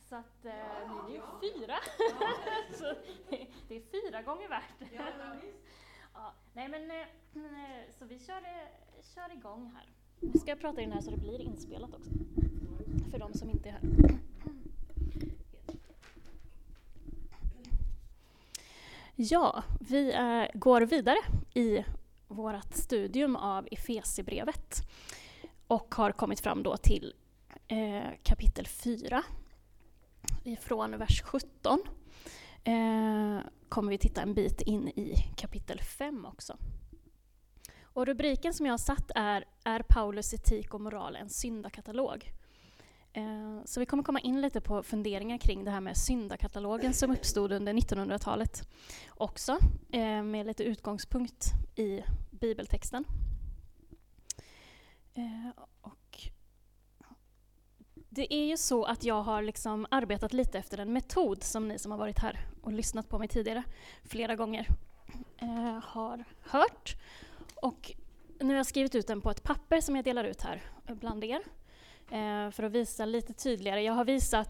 Så att ni är ju 4. Så det är 4 gånger värt. Ja, nej men så vi kör igång här. Nu ska jag prata in här så det blir inspelat också. För de som inte är här. Ja, vi går vidare i vårt studium av Efesierbrevet och har kommit fram då till kapitel 4. Ifrån vers 17 kommer vi titta en bit in i kapitel 5 också. Och rubriken som jag har satt är Paulus etik och moral en syndakatalog. Så vi kommer komma in lite på funderingar kring det här med syndakatalogen som uppstod under 1900-talet också, med lite utgångspunkt i bibeltexten. Och det är ju så att jag har liksom arbetat lite efter en metod som ni som har varit här och lyssnat på mig tidigare flera gånger har hört. Och nu har jag skrivit ut den på ett papper som jag delar ut här bland er. För att visa lite tydligare. Jag har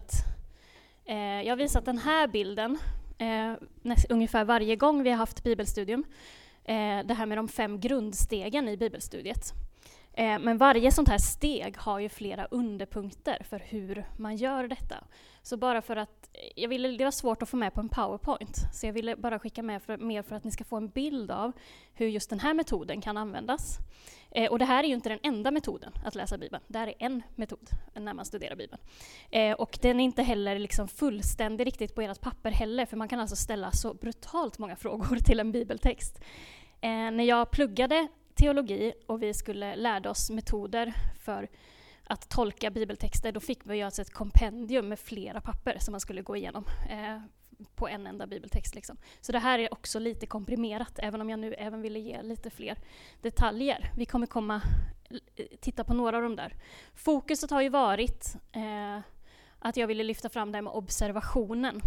visat den här bilden ungefär varje gång vi har haft bibelstudium. Det här med de 5 grundstegen i bibelstudiet. Men varje sånt här steg har ju flera underpunkter för hur man gör detta. Så bara för att det var svårt att få med på en PowerPoint. Så jag ville bara skicka med mer för att ni ska få en bild av hur just den här metoden kan användas. Och det här är ju inte den enda metoden att läsa Bibeln. Det här är en metod när man studerar Bibeln. Och den är inte heller liksom fullständig riktigt på ert papper heller. För man kan alltså ställa så brutalt många frågor till en bibeltext. När jag pluggade teologi och vi skulle lära oss metoder för att tolka bibeltexter, då fick vi alltså ett kompendium med flera papper som man skulle gå igenom på en enda bibeltext. Liksom. Så det här är också lite komprimerat, även om jag nu även ville ge lite fler detaljer. Vi kommer titta på några av de där. Fokuset har ju varit att jag ville lyfta fram det här med observationen.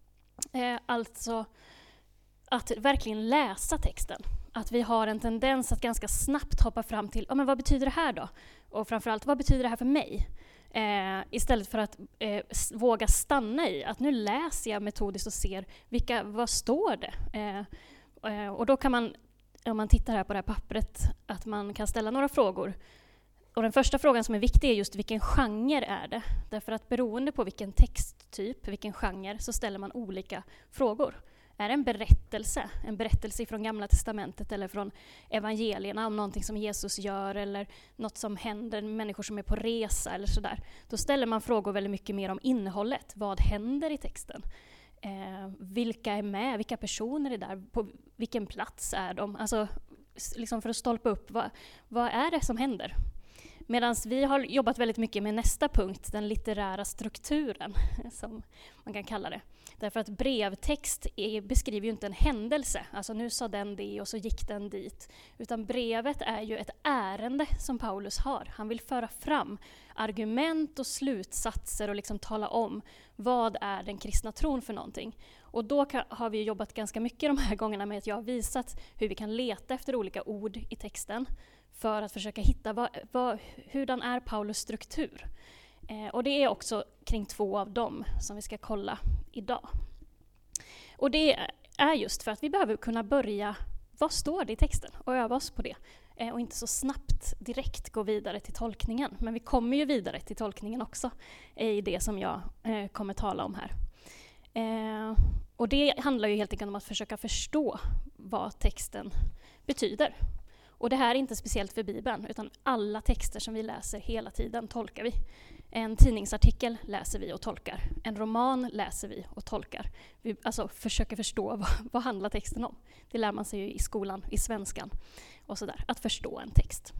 Alltså att verkligen läsa texten. Att vi har en tendens att ganska snabbt hoppa fram till men vad betyder det här då? Och framförallt, vad betyder det här för mig? Istället för att våga stanna i att nu läser jag metodiskt och ser vad står det? Och då kan man, om man tittar här på det här pappret, att man kan ställa några frågor. Och den första frågan som är viktig är just vilken genre är det? Därför att beroende på vilken texttyp, vilken genre, så ställer man olika frågor. Är det en berättelse från Gamla testamentet eller från evangelierna om någonting som Jesus gör eller något som händer, människor som är på resa eller sådär. Då ställer man frågor väldigt mycket mer om innehållet. Vad händer i texten? Vilka är med? Vilka personer är där? På vilken plats är de? Alltså liksom för att stolpa upp, vad är det som händer? Medan vi har jobbat väldigt mycket med nästa punkt, den litterära strukturen, som man kan kalla det. Därför att brevtext beskriver ju inte en händelse, alltså nu sa den det och så gick den dit. Utan brevet är ju ett ärende som Paulus har. Han vill föra fram argument och slutsatser och liksom tala om vad är den kristna tron för någonting. Och då har vi jobbat ganska mycket de här gångerna med att jag har visat hur vi kan leta efter olika ord i texten för att försöka hitta hurdan är Paulus struktur. Och det är också kring 2 av dem som vi ska kolla idag. Och det är just för att vi behöver kunna börja, vad står det i texten? Och öva oss på det. Och inte så snabbt direkt gå vidare till tolkningen. Men vi kommer ju vidare till tolkningen också i det som jag kommer tala om här. Och det handlar ju helt enkelt om att försöka förstå vad texten betyder. Och det här är inte speciellt för Bibeln, utan alla texter som vi läser hela tiden tolkar vi. En tidningsartikel läser vi och tolkar. En roman läser vi och tolkar. Vi alltså försöker förstå vad handlar texten om. Det lär man sig ju i skolan, i svenskan och sådär. Att förstå en text.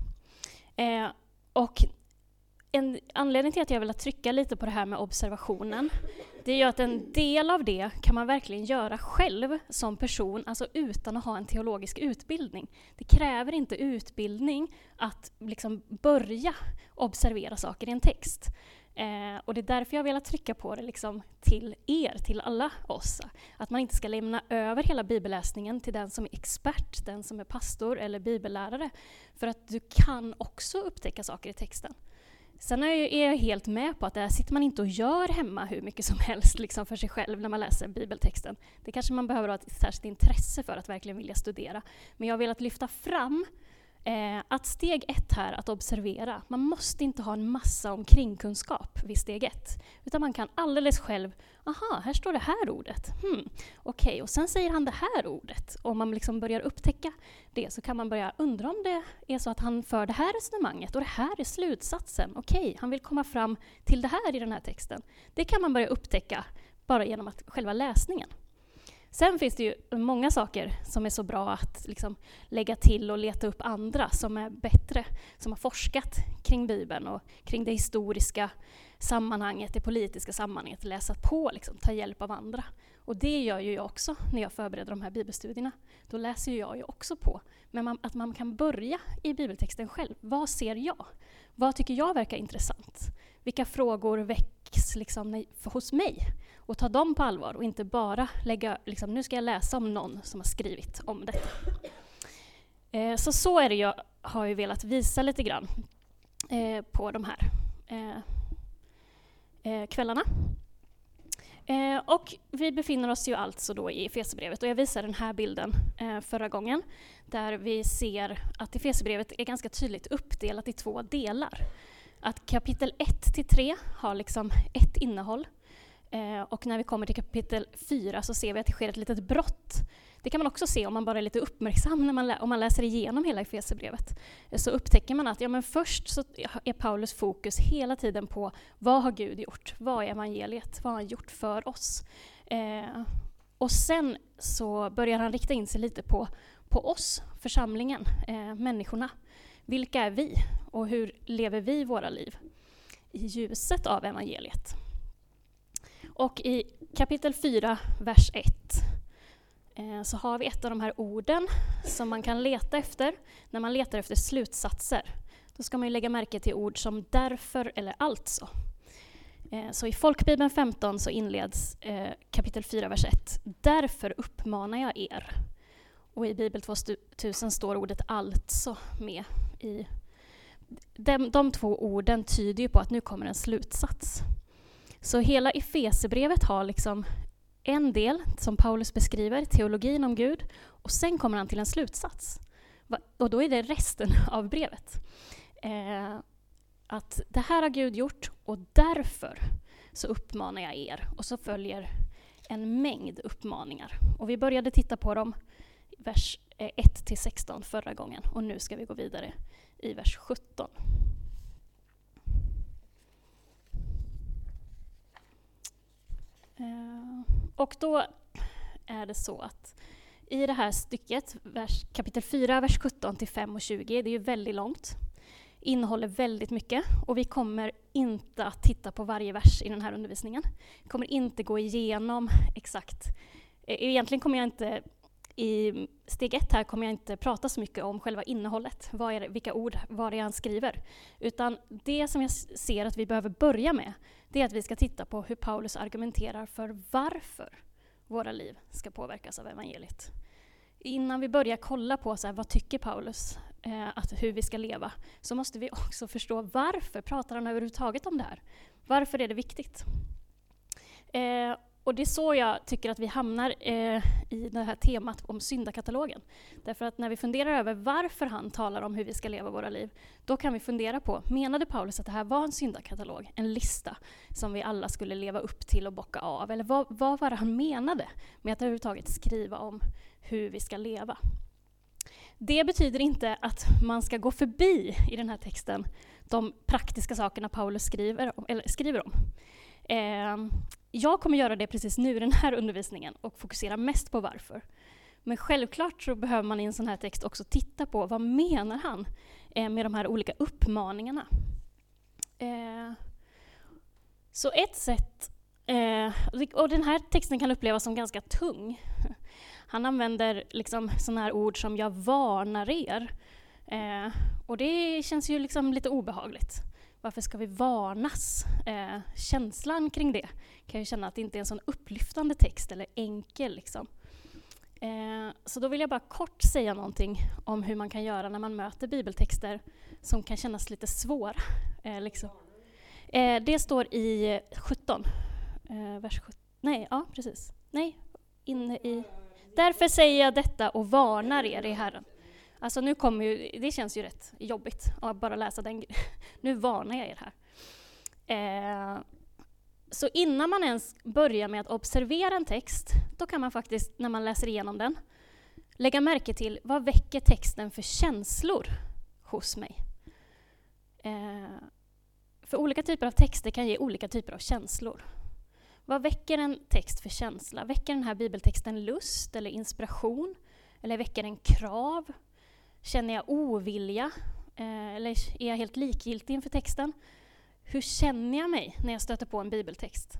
Och en anledning till att jag vill trycka lite på det här med observationen, det är ju att en del av det kan man verkligen göra själv som person, alltså utan att ha en teologisk utbildning. Det kräver inte utbildning att liksom börja observera saker i en text. Och det är därför jag vill trycka på det liksom till er, till alla oss. Att man inte ska lämna över hela bibelläsningen till den som är expert, den som är pastor eller bibellärare. För att du kan också upptäcka saker i texten. Sen är jag helt med på att där sitter man inte och gör hemma hur mycket som helst liksom för sig själv när man läser bibeltexten. Det kanske man behöver ha ett särskilt intresse för att verkligen vilja studera. Men jag vill att lyfta fram att steg 1 här, att observera. Man måste inte ha en massa omkringkunskap vid steg 1. Utan man kan alldeles själv, aha, här står det här ordet. Okej, och sen säger han det här ordet. Och om man liksom börjar upptäcka det så kan man börja undra om det är så att han för det här resonemanget och det här är slutsatsen. Okej, han vill komma fram till det här i den här texten. Det kan man börja upptäcka bara genom att själva läsningen. Sen finns det ju många saker som är så bra att liksom lägga till och leta upp andra som är bättre, som har forskat kring Bibeln och kring det historiska sammanhanget, det politiska sammanhanget, läsa på, liksom, ta hjälp av andra. Och det gör ju jag också när jag förbereder de här bibelstudierna. Då läser jag ju också på. Men att man kan börja i bibeltexten själv. Vad ser jag? Vad tycker jag verkar intressant? Vilka frågor väcks liksom hos mig? Och ta dem på allvar och inte bara lägga, liksom, nu ska jag läsa om någon som har skrivit om detta. Så är det jag har ju velat visa lite grann på de här kvällarna. Och vi befinner oss ju alltså då i Efesierbrevet och jag visade den här bilden förra gången där vi ser att Efesierbrevet är ganska tydligt uppdelat i 2 delar. Att kapitel 1-3 har liksom ett innehåll. Och när vi kommer till kapitel 4 så ser vi att det sker ett litet brott. Det kan man också se om man bara är lite uppmärksam när om man läser igenom hela Efesierbrevet. Så upptäcker man att men först så är Paulus fokus hela tiden på vad har Gud gjort? Vad är evangeliet? Vad har han gjort för oss? Och sen så börjar han rikta in sig lite på oss, församlingen, människorna. Vilka är vi? Och hur lever vi våra liv i ljuset av evangeliet? Och i kapitel 4, vers 1 så har vi ett av de här orden som man kan leta efter när man letar efter slutsatser. Då ska man ju lägga märke till ord som därför eller alltså. Så i Folkbibeln 15 så inleds kapitel 4, vers 1. Därför uppmanar jag er. Och i Bibel 2000 står ordet alltså med i. De 2 orden tyder ju på att nu kommer en slutsats. Så hela Efesierbrevet har liksom en del som Paulus beskriver, teologin om Gud, och sen kommer han till en slutsats. Och då är det resten av brevet. Att det här har Gud gjort och därför så uppmanar jag er. Och så följer en mängd uppmaningar. Och vi började titta på dem i vers 1-16 förra gången. Och nu ska vi gå vidare i vers 17. Och då är det så att i det här stycket, kapitel 4, vers 17 till 5 och 20, det är ju väldigt långt, innehåller väldigt mycket och vi kommer inte att titta på varje vers i den här undervisningen. Vi kommer inte gå igenom exakt. Egentligen kommer jag inte, i steg 1 här kommer jag inte prata så mycket om själva innehållet, vilka ord, vad det är han skriver. Utan det som jag ser att vi behöver börja med, det är att vi ska titta på hur Paulus argumenterar för varför våra liv ska påverkas av evangeliet. Innan vi börjar kolla på så här, vad tycker Paulus hur vi ska leva, så måste vi också förstå varför pratar han överhuvudtaget om det här. Varför är det viktigt? Och det är så jag tycker att vi hamnar i det här temat om syndakatalogen. Därför att när vi funderar över varför han talar om hur vi ska leva våra liv, då kan vi fundera på, menade Paulus att det här var en syndakatalog, en lista som vi alla skulle leva upp till och bocka av? Eller vad var det han menade med att överhuvudtaget skriva om hur vi ska leva? Det betyder inte att man ska gå förbi i den här texten de praktiska sakerna Paulus skriver om. Jag kommer göra det precis nu i den här undervisningen och fokusera mest på varför. Men självklart så behöver man i en sån här text också titta på vad menar han med de här olika uppmaningarna. Så ett sätt, och den här texten kan upplevas som ganska tung. Han använder liksom såna här ord som jag varnar er. Och det känns ju liksom lite obehagligt. Varför ska vi varnas? Känslan kring det kan ju känna att det inte är en sån upplyftande text eller enkel. Liksom. Så då vill jag bara kort säga någonting om hur man kan göra när man möter bibeltexter som kan kännas lite svåra. Det står i 17, vers 17. Nej, ja precis. Nej, inne i... Därför säger jag detta och varnar er i Herren. Alltså nu kommer ju, det känns ju rätt jobbigt att bara läsa den. Nu varnar jag er här. Så innan man ens börjar med att observera en text, då kan man faktiskt, när man läser igenom den, lägga märke till vad väcker texten för känslor hos mig. För olika typer av texter kan ge olika typer av känslor. Vad väcker en text för känsla? Väcker den här bibeltexten lust eller inspiration? Eller väcker den krav? Känner jag ovilja? Eller är jag helt likgiltig inför texten? Hur känner jag mig när jag stöter på en bibeltext?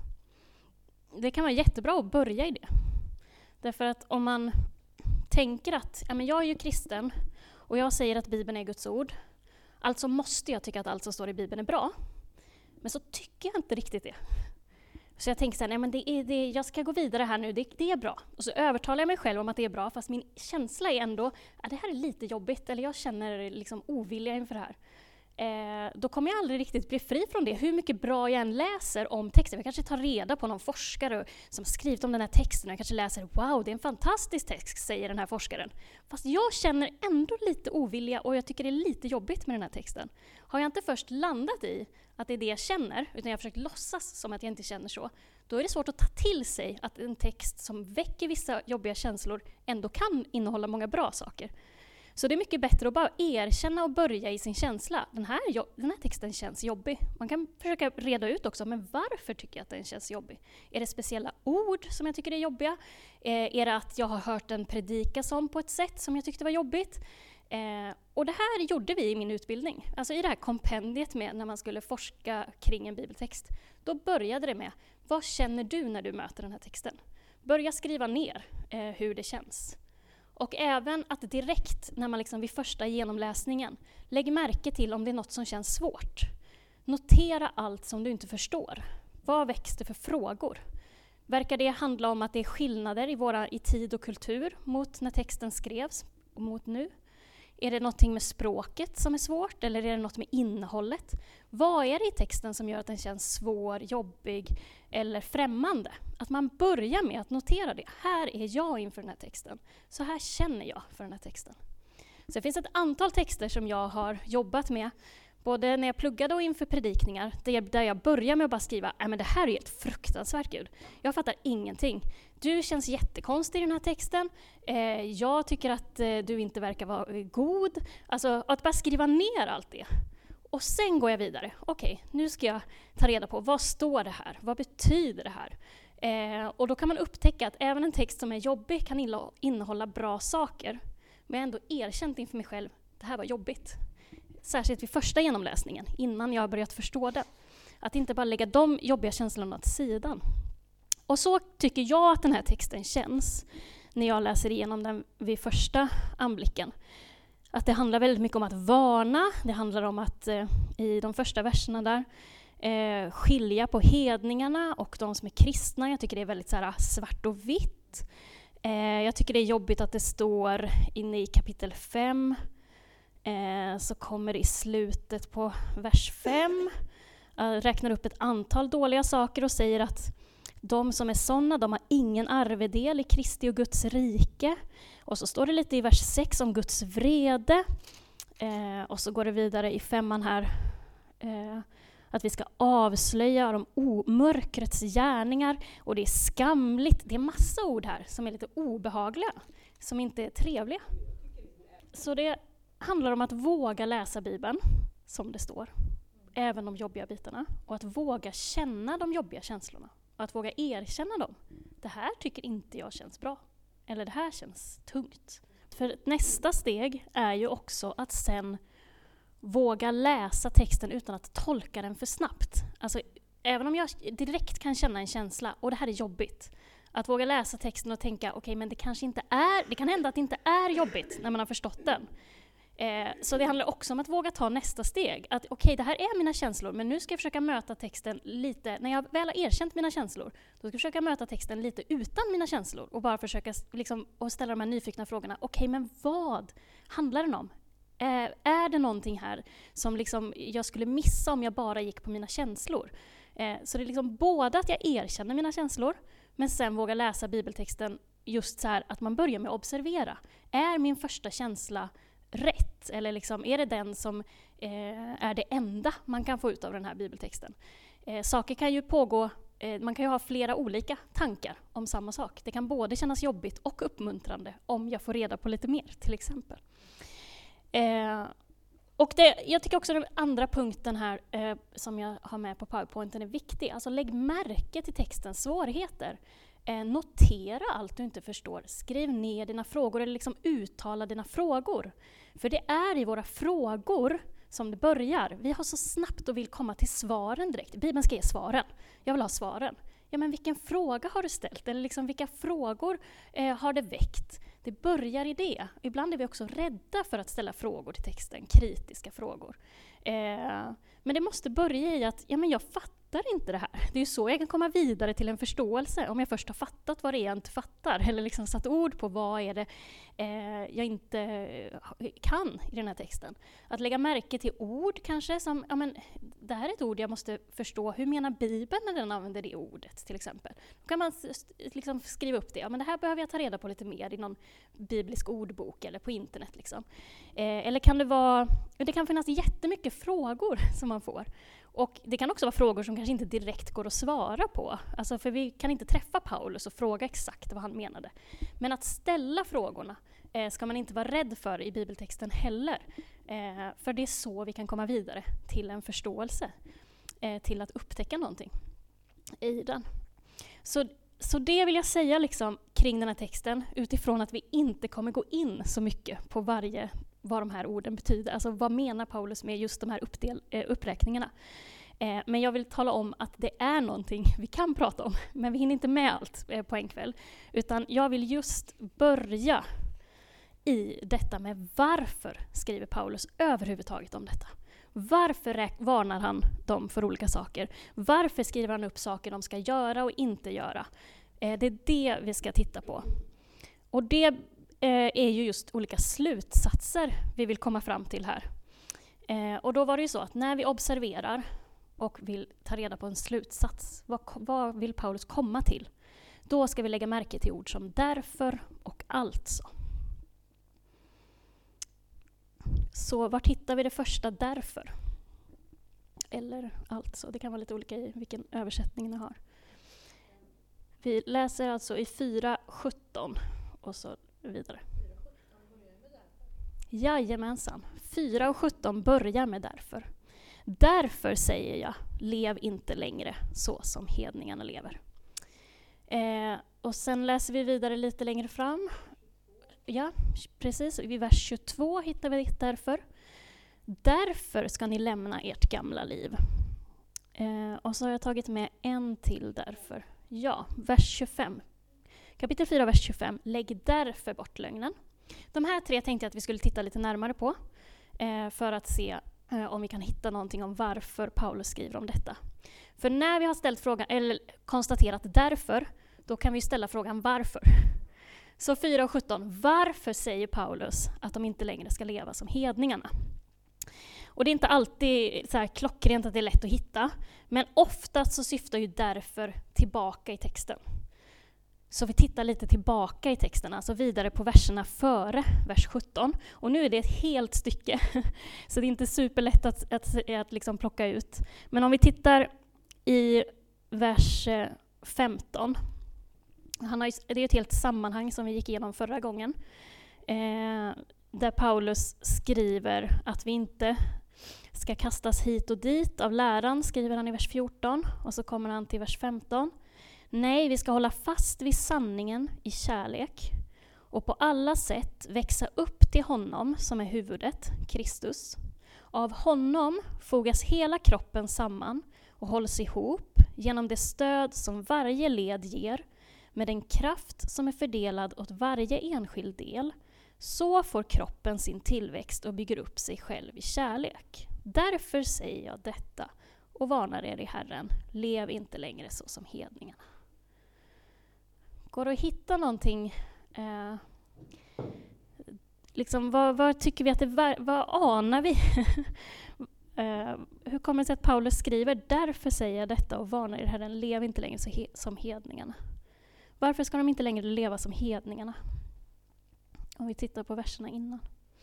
Det kan vara jättebra att börja i det. Därför att om man tänker att ja, men jag är ju kristen och jag säger att Bibeln är Guds ord, alltså måste jag tycka att allt som står i Bibeln är bra. Men så tycker jag inte riktigt det. Så jag tänker så här, nej, men jag ska gå vidare här nu, det är bra. Och så övertalar jag mig själv om att det är bra, fast min känsla är ändå att det här är lite jobbigt, eller jag känner liksom ovilja inför det här. Då kommer jag aldrig riktigt bli fri från det. Hur mycket bra jag än läser om texten. Jag kanske tar reda på någon forskare som skrivit om den här texten. Jag kanske läser, wow, det är en fantastisk text, säger den här forskaren. Fast jag känner ändå lite ovilja och jag tycker det är lite jobbigt med den här texten. Har jag inte först landat i att det är det jag känner, utan jag har försökt låtsas som att jag inte känner så, då är det svårt att ta till sig att en text som väcker vissa jobbiga känslor ändå kan innehålla många bra saker. Så det är mycket bättre att bara erkänna och börja i sin känsla. Den här texten känns jobbig. Man kan försöka reda ut också, men varför tycker jag att den känns jobbig? Är det speciella ord som jag tycker är jobbiga? Är det att jag har hört den predikas om på ett sätt som jag tyckte var jobbigt? Och det här gjorde vi i min utbildning. Alltså i det här kompendiet med när man skulle forska kring en bibeltext. Då började det med, vad känner du när du möter den här texten? Börja skriva ner hur det känns. Och även att direkt när man liksom vid första genomläsningen lägger märke till om det är något som känns svårt. Notera allt som du inte förstår. Vad väcks det för frågor? Verkar det handla om att det är skillnader i tid och kultur mot när texten skrevs och mot nu? Är det någonting med språket som är svårt eller är det något med innehållet? Vad är det i texten som gör att den känns svår, jobbig eller främmande? Att man börjar med att notera det. Här är jag inför den här texten. Så här känner jag för den här texten. Så det finns ett antal texter som jag har jobbat med. Både när jag pluggade och inför predikningar. Där jag börjar med att bara skriva, men det här är ett fruktansvärt Gud. Jag fattar ingenting. Du känns jättekonstig i den här texten. Jag tycker att du inte verkar vara god. Alltså att bara skriva ner allt det. Och sen går jag vidare. Okej, nu ska jag ta reda på vad står det här? Vad betyder det här? Och då kan man upptäcka att även en text som är jobbig kan innehålla bra saker. Men jag har ändå erkänt inför mig själv, det här var jobbigt. Särskilt vid första genomläsningen, innan jag har börjat förstå det. Att inte bara lägga de jobbiga känslorna åt sidan. Och så tycker jag att den här texten känns när jag läser igenom den vid första anblicken. Att det handlar väldigt mycket om att varna. Det handlar om att i de första verserna där skilja på hedningarna och de som är kristna. Jag tycker det är väldigt så här, svart och vitt. Jag tycker det är jobbigt att det står inne i kapitel 5. Så kommer det i slutet på vers 5. Räknar upp ett antal dåliga saker och säger att de som är sådana, de har ingen arvedel i Kristi och Guds rike. Och så står det lite i vers 6 om Guds vrede. Och så går det vidare i 5:an här. Att vi ska avslöja de mörkrets gärningar. Och det är skamligt. Det är massa ord här som är lite obehagliga. Som inte är trevliga. Så det handlar om att våga läsa Bibeln som det står. Även de jobbiga bitarna. Och att våga känna de jobbiga känslorna. Och att våga erkänna dem. Det här tycker inte jag känns bra. Eller det här känns tungt. För nästa steg är ju också att sen våga läsa texten utan att tolka den för snabbt. Alltså, även om jag direkt kan känna en känsla, och det här är jobbigt. Att våga läsa texten och tänka, okej, men det kanske inte är, det kan hända att det inte är jobbigt när man har förstått den. Så det handlar också om att våga ta nästa steg. Att okej, det här är mina känslor, men nu ska jag försöka möta texten lite, när jag väl har erkänt mina känslor, då ska jag försöka möta texten lite utan mina känslor och bara försöka liksom, och ställa de här nyfikna frågorna. Okej, men vad handlar den om? Är det någonting här som liksom jag skulle missa om jag bara gick på mina känslor? Så det är liksom både att jag erkänner mina känslor, men sen vågar läsa bibeltexten just så här att man börjar med att observera. Är min första känsla rätt? Eller liksom, är det den som är det enda man kan få ut av den här bibeltexten? Saker kan ju pågå, man kan ju ha flera olika tankar om samma sak. Det kan både kännas jobbigt och uppmuntrande om jag får reda på lite mer, till exempel. Och jag tycker också den andra punkten här som jag har med på PowerPointen är viktig. Alltså lägg märke till textens svårigheter. Notera allt du inte förstår. Skriv ner dina frågor eller liksom uttala dina frågor. För det är i våra frågor som det börjar. Vi har så snabbt och vill komma till svaren direkt. Bibeln ska ge svaren. Jag vill ha svaren. Ja, men vilken fråga har du ställt? Eller liksom, vilka frågor har det väckt? Det börjar i det. Ibland är vi också rädda för att ställa frågor till texten, kritiska frågor. Men det måste börja i att jag fattar inte det här. Det är ju så jag kan komma vidare till en förståelse, om jag först har fattat vad det är jag inte fattar, eller liksom satt ord på vad är det jag inte kan i den här texten. Att lägga märke till ord kanske, som det här är ett ord jag måste förstå, hur menar Bibeln när den använder det ordet till exempel. Då kan man liksom skriva upp det, men det här behöver jag ta reda på lite mer i någon biblisk ordbok eller på internet. Liksom. Eller kan det kan finnas jättemycket frågor som man får. Och det kan också vara frågor som kanske inte direkt går att svara på. Alltså för vi kan inte träffa Paulus och fråga exakt vad han menade. Men att ställa frågorna ska man inte vara rädd för i bibeltexten heller. För det är så vi kan komma vidare till en förståelse. Till att upptäcka någonting i den. Så det vill jag säga liksom kring den här texten, utifrån att vi inte kommer gå in så mycket på vad de här orden betyder. Alltså vad menar Paulus med just de här uppräkningarna. Men jag vill tala om att det är någonting vi kan prata om, men vi hinner inte med allt på en kväll. Utan jag vill just börja i detta med varför skriver Paulus överhuvudtaget om detta. Varför varnar han dem för olika saker? Varför skriver han upp saker de ska göra och inte göra? Det är det vi ska titta på. Och det är ju just olika slutsatser vi vill komma fram till här. Och då var det ju så att när vi observerar och vill ta reda på en slutsats, vad vill Paulus komma till? Då ska vi lägga märke till ord som därför och alltså. Så var hittar vi det första därför? Eller alltså, det kan vara lite olika i vilken översättning ni har. Vi läser alltså i 4:17 och så vidare. Jajamensan. 4:17 börjar med därför. Därför säger jag, lev inte längre så som hedningarna lever. Och sen läser vi vidare lite längre fram. Ja, precis. Vid vers 22 hittar vi därför. Därför ska ni lämna ert gamla liv. Och så har jag tagit med en till därför. Ja, vers 25. Kapitel 4, vers 25. Lägg därför bort lögnen. De här tre tänkte jag att vi skulle titta lite närmare på. För att se om vi kan hitta någonting om varför Paulus skriver om detta. För när vi har ställt frågan, eller konstaterat därför, då kan vi ställa frågan varför. Så 4:17. Varför säger Paulus att de inte längre ska leva som hedningarna? Och det är inte alltid så här klockrent att det är lätt att hitta. Men oftast så syftar ju därför tillbaka i texten. Så vi tittar lite tillbaka i texten, alltså vidare på verserna före vers 17. Och nu är det ett helt stycke, så det är inte superlätt att liksom plocka ut. Men om vi tittar i vers 15. Det är ett helt sammanhang som vi gick igenom förra gången. Där Paulus skriver att vi inte ska kastas hit och dit av läran, skriver han i vers 14. Och så kommer han till vers 15. Nej, vi ska hålla fast vid sanningen i kärlek och på alla sätt växa upp till honom som är huvudet, Kristus. Av honom fogas hela kroppen samman och hålls ihop genom det stöd som varje led ger med den kraft som är fördelad åt varje enskild del. Så får kroppen sin tillväxt och bygger upp sig själv i kärlek. Därför säger jag detta och varnar er i Herren. Lev inte längre så som hedningarna. Går det att hitta någonting liksom, vad tycker vi att vad anar vi? Hur kommer det sig att Paulus skriver, därför säger jag detta och varnar er Herren, lev inte längre som hedningarna. Varför ska de inte längre leva som hedningarna? Om vi tittar på verserna innan.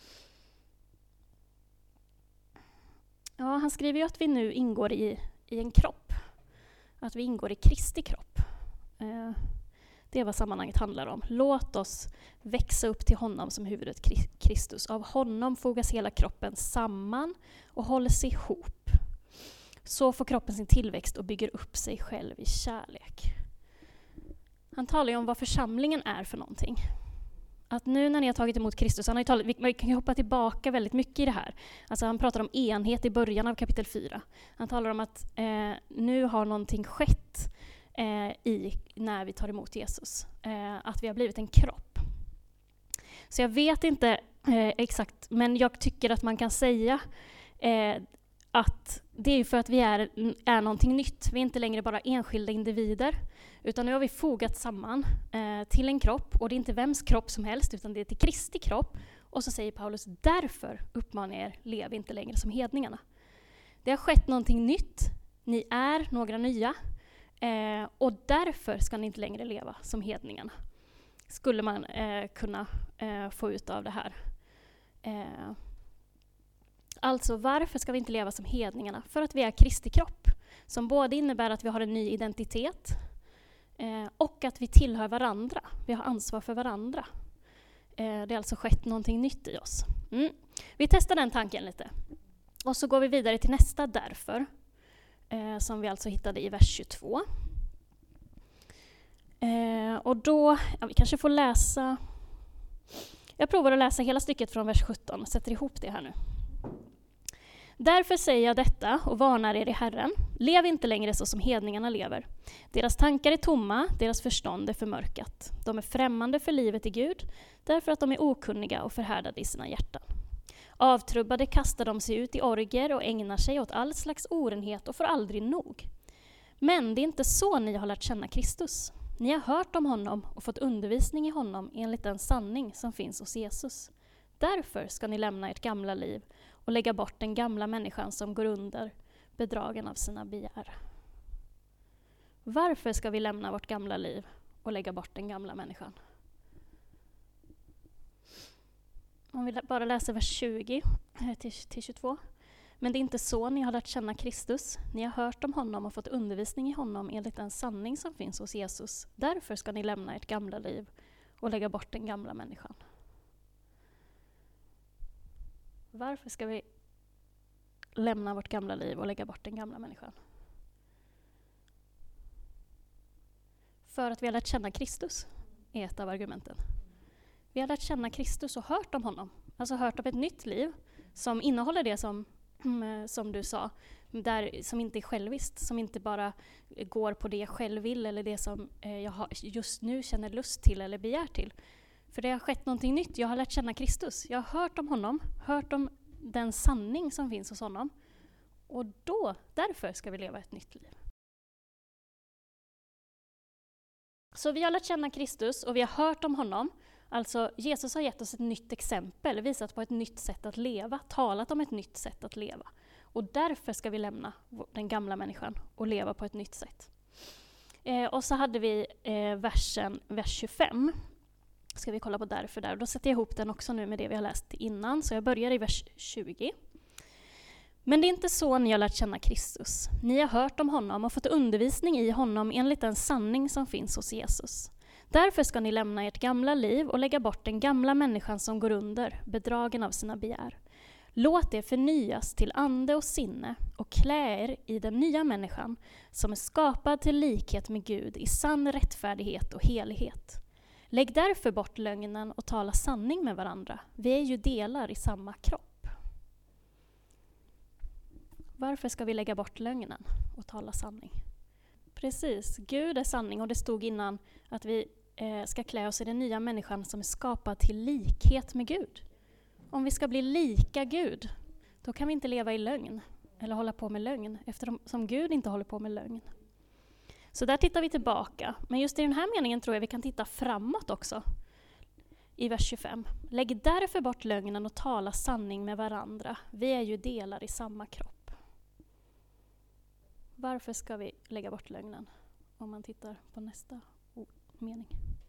Ja, han skriver ju att vi nu ingår i en kropp. Att vi ingår i Kristi kropp. Det är vad sammanhanget handlar om. Låt oss växa upp till honom som huvudet Kristus. Av honom fogas hela kroppen samman och hålls ihop. Så får kroppen sin tillväxt och bygger upp sig själv i kärlek. Han talar ju om vad församlingen är för någonting. Att nu när ni har tagit emot Kristus, man kan ju hoppa tillbaka väldigt mycket i det här. Alltså han pratar om enhet i början av kapitel 4. Han talar om att nu har någonting skett när vi tar emot Jesus. Att vi har blivit en kropp. Så jag vet inte exakt, men jag tycker att man kan säga att det är för att vi är någonting nytt. Vi är inte längre bara enskilda individer, utan nu har vi fogat samman till en kropp. Och det är inte vems kropp som helst, utan det är till Kristi kropp. Och så säger Paulus, därför uppmanar er, lev inte längre som hedningarna. Det har skett någonting nytt. Ni är några nya. Och därför ska ni inte längre leva som hedningarna. Skulle man kunna få ut av det här. Alltså varför ska vi inte leva som hedningarna? För att vi är Kristi kropp. Som både innebär att vi har en ny identitet. Och att vi tillhör varandra. Vi har ansvar för varandra. Det har alltså skett någonting nytt i oss. Vi testar den tanken lite. Och så går vi vidare till nästa därför. Som vi alltså hittade i vers 22. Och då, vi kanske får läsa. Jag provar att läsa hela stycket från vers 17. Sätter ihop det här nu. Därför säger jag detta och varnar er i Herren. Lev inte längre så som hedningarna lever. Deras tankar är tomma, deras förstånd är förmörkat. De är främmande för livet i Gud, därför att de är okunniga och förhärdade i sina hjärtan. Avtrubbade kastar de sig ut i orger och ägnar sig åt all slags orenhet och får aldrig nog. Men det är inte så ni har lärt känna Kristus. Ni har hört om honom och fått undervisning i honom enligt den sanning som finns hos Jesus. Därför ska ni lämna ert gamla liv och lägga bort den gamla människan som går under, bedragen av sina begär. Varför ska vi lämna vårt gamla liv och lägga bort den gamla människan? Om vi bara läser vers 20 till 22. Men det är inte så ni har lärt känna Kristus. Ni har hört om honom och fått undervisning i honom enligt den sanning som finns hos Jesus. Därför ska ni lämna ert gamla liv och lägga bort den gamla människan. Varför ska vi lämna vårt gamla liv och lägga bort den gamla människan? För att vi har lärt känna Kristus är ett av argumenten. Vi har lärt känna Kristus och hört om honom. Alltså hört om ett nytt liv som innehåller det som du sa. Som inte är själviskt. Som inte bara går på det jag själv vill eller det som jag just nu känner lust till eller begär till. För det har skett någonting nytt. Jag har lärt känna Kristus. Jag har hört om honom. Hört om den sanning som finns hos honom. Och därför ska vi leva ett nytt liv. Så vi har lärt känna Kristus och vi har hört om honom. Alltså Jesus har gett oss ett nytt exempel, visat på ett nytt sätt att leva, talat om ett nytt sätt att leva. Och därför ska vi lämna den gamla människan och leva på ett nytt sätt. Och så hade vi vers 25. Ska vi kolla på därför där. Då sätter jag ihop den också nu med det vi har läst innan. Så jag börjar i vers 20. Men det är inte så ni har lärt känna Kristus. Ni har hört om honom och fått undervisning i honom enligt den sanning som finns hos Jesus. Därför ska ni lämna ert gamla liv och lägga bort den gamla människan som går under, bedragen av sina begär. Låt er förnyas till ande och sinne och klä er i den nya människan som är skapad till likhet med Gud i sann rättfärdighet och helighet. Lägg därför bort lögnen och tala sanning med varandra. Vi är ju delar i samma kropp. Varför ska vi lägga bort lögnen och tala sanning? Precis, Gud är sanning och det stod innan att vi ska klä oss i den nya människan som är skapad till likhet med Gud. Om vi ska bli lika Gud, då kan vi inte leva i lögn eller hålla på med lögn eftersom Gud inte håller på med lögn. Så där tittar vi tillbaka. Men just i den här meningen tror jag vi kan titta framåt också. i vers 25. Lägg därför bort lögnen och tala sanning med varandra. Vi är ju delar i samma kropp. Varför ska vi lägga bort lögnen? Om man tittar på nästa mening.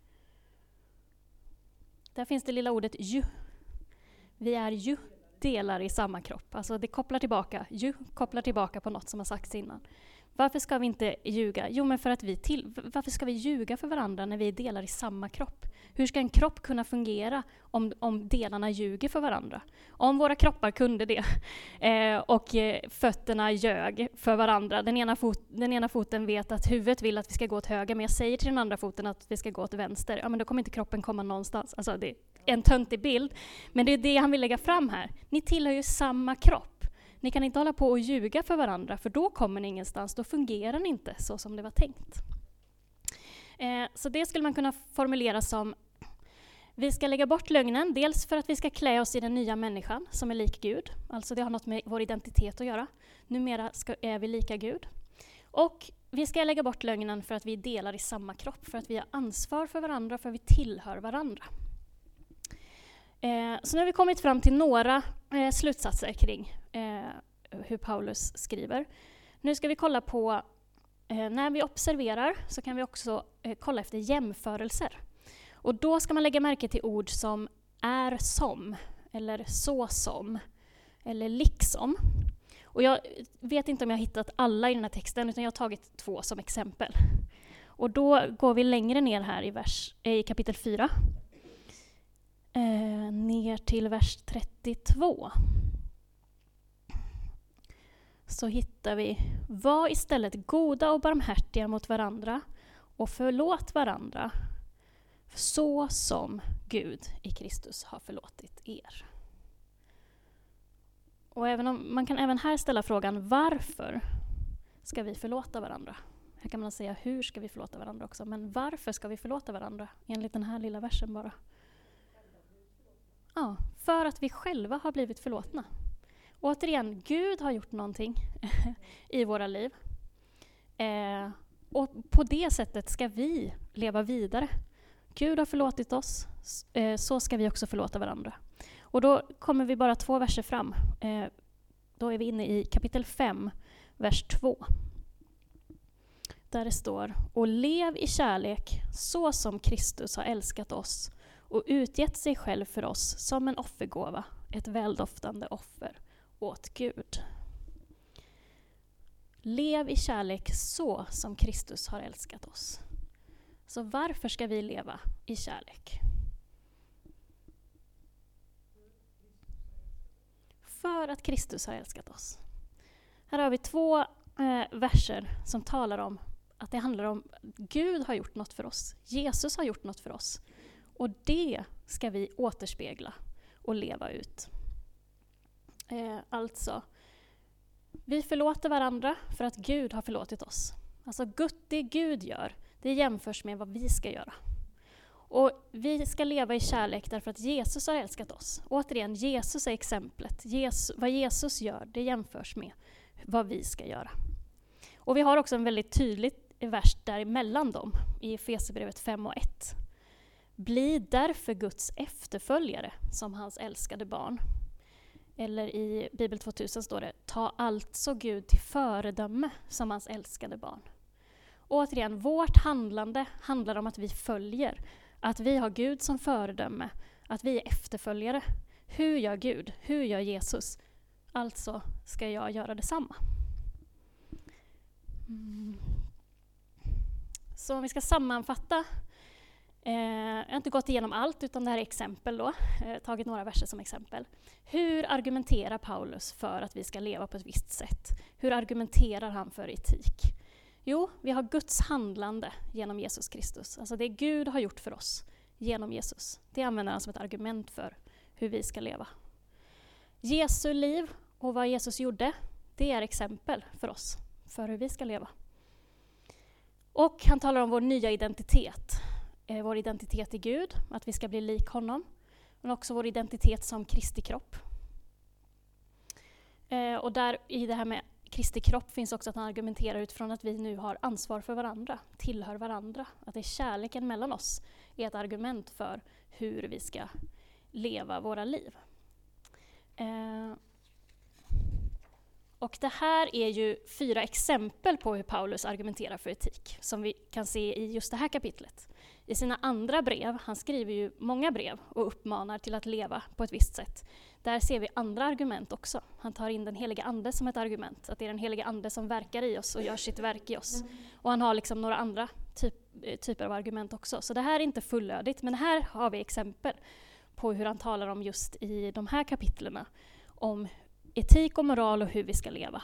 Där finns det lilla ordet ju. Vi är ju delar i samma kropp. Alltså det kopplar tillbaka. Ju kopplar tillbaka på något som har sagts innan. Varför ska vi inte ljuga? Jo, men för att varför ska vi ljuga för varandra när vi är delar i samma kropp? Hur ska en kropp kunna fungera om delarna ljuger för varandra? Om våra kroppar kunde det och fötterna ljög för varandra. Den ena foten vet att huvudet vill att vi ska gå åt höger, men jag säger till den andra foten att vi ska gå åt vänster. Ja, men då kommer inte kroppen komma någonstans. Alltså det är en töntig bild, men det är det han vill lägga fram här. Ni tillhör ju samma kropp. Ni kan inte hålla på och ljuga för varandra, för då kommer ni ingenstans. Då fungerar ni inte så som det var tänkt. Så det skulle man kunna formulera som: vi ska lägga bort lögnen, dels för att vi ska klä oss i den nya människan som är lik Gud. Alltså det har något med vår identitet att göra. Numera är vi lika Gud. Och vi ska lägga bort lögnen för att vi delar i samma kropp, för att vi har ansvar för varandra, för att vi tillhör varandra. Så nu har vi kommit fram till några slutsatser kring hur Paulus skriver. Nu ska vi kolla på, när vi observerar så kan vi också kolla efter jämförelser. Och då ska man lägga märke till ord som är som, eller så som, eller liksom. Och jag vet inte om jag har hittat alla i den här texten, utan jag har tagit 2 som exempel. Och då går vi längre ner här i kapitel 4. Ner till vers 32. Så hittar vi: var istället goda och barmhärtiga mot varandra och förlåt varandra, så som Gud i Kristus har förlåtit er. Och man kan även här ställa frågan: varför ska vi förlåta varandra? Här kan man säga: hur ska vi förlåta varandra också? Men varför ska vi förlåta varandra? Enligt den här lilla versen bara. Ja, för att vi själva har blivit förlåtna. Återigen, Gud har gjort någonting i våra liv. Och på det sättet ska vi leva vidare. Gud har förlåtit oss, så ska vi också förlåta varandra. Och då kommer vi bara 2 verser fram. Då är vi inne i kapitel 5, vers 2. Där det står: och lev i kärlek så som Kristus har älskat oss och utgett sig själv för oss som en offergåva, ett väldoftande offer åt Gud. Lev i kärlek så som Kristus har älskat oss. Så varför ska vi leva i kärlek? För att Kristus har älskat oss. Här har vi 2 verser som talar om att det handlar om Gud har gjort något för oss. Jesus har gjort något för oss. Och det ska vi återspegla och leva ut. Alltså, vi förlåter varandra för att Gud har förlåtit oss. Alltså det Gud gör, det jämförs med vad vi ska göra. Och vi ska leva i kärlek därför att Jesus har älskat oss. Återigen, Jesus är exemplet. Vad Jesus gör, det jämförs med vad vi ska göra. Och vi har också en väldigt tydlig vers däremellan dem i Efesierbrevet 5 och 1. Bli därför Guds efterföljare som hans älskade barn. Eller i Bibel 2000 står det: ta alltså Gud till föredöme som hans älskade barn. Och återigen, vårt handlande handlar om att vi följer. Att vi har Gud som föredöme. Att vi är efterföljare. Hur gör Gud? Hur gör Jesus? Alltså ska jag göra detsamma. Så om vi ska sammanfatta. Jag har inte gått igenom allt, utan det här är exempel då. Tagit några verser som exempel. Hur argumenterar Paulus för att vi ska leva på ett visst sätt? Hur argumenterar han för etik? Jo, vi har Guds handlande genom Jesus Kristus. Alltså det Gud har gjort för oss genom Jesus. Det använder han som ett argument för hur vi ska leva. Jesu liv och vad Jesus gjorde, det är exempel för oss. För hur vi ska leva. Och han talar om vår nya identitet. Vår identitet i Gud, att vi ska bli lik honom. Men också vår identitet som Kristi kropp. Och där i det här med Kristi kropp finns också att han argumenterar utifrån att vi nu har ansvar för varandra, tillhör varandra. Att det är kärleken mellan oss är ett argument för hur vi ska leva våra liv. Och det här är ju 4 exempel på hur Paulus argumenterar för etik, som vi kan se i just det här kapitlet. I sina andra brev, han skriver ju många brev och uppmanar till att leva på ett visst sätt. Där ser vi andra argument också. Han tar in den heliga ande som ett argument, att det är den heliga ande som verkar i oss och gör sitt verk i oss. Och han har liksom några andra typer av argument också. Så det här är inte fullödigt, men här har vi exempel på hur han talar om just i de här kapitlerna, om etik och moral och hur vi ska leva.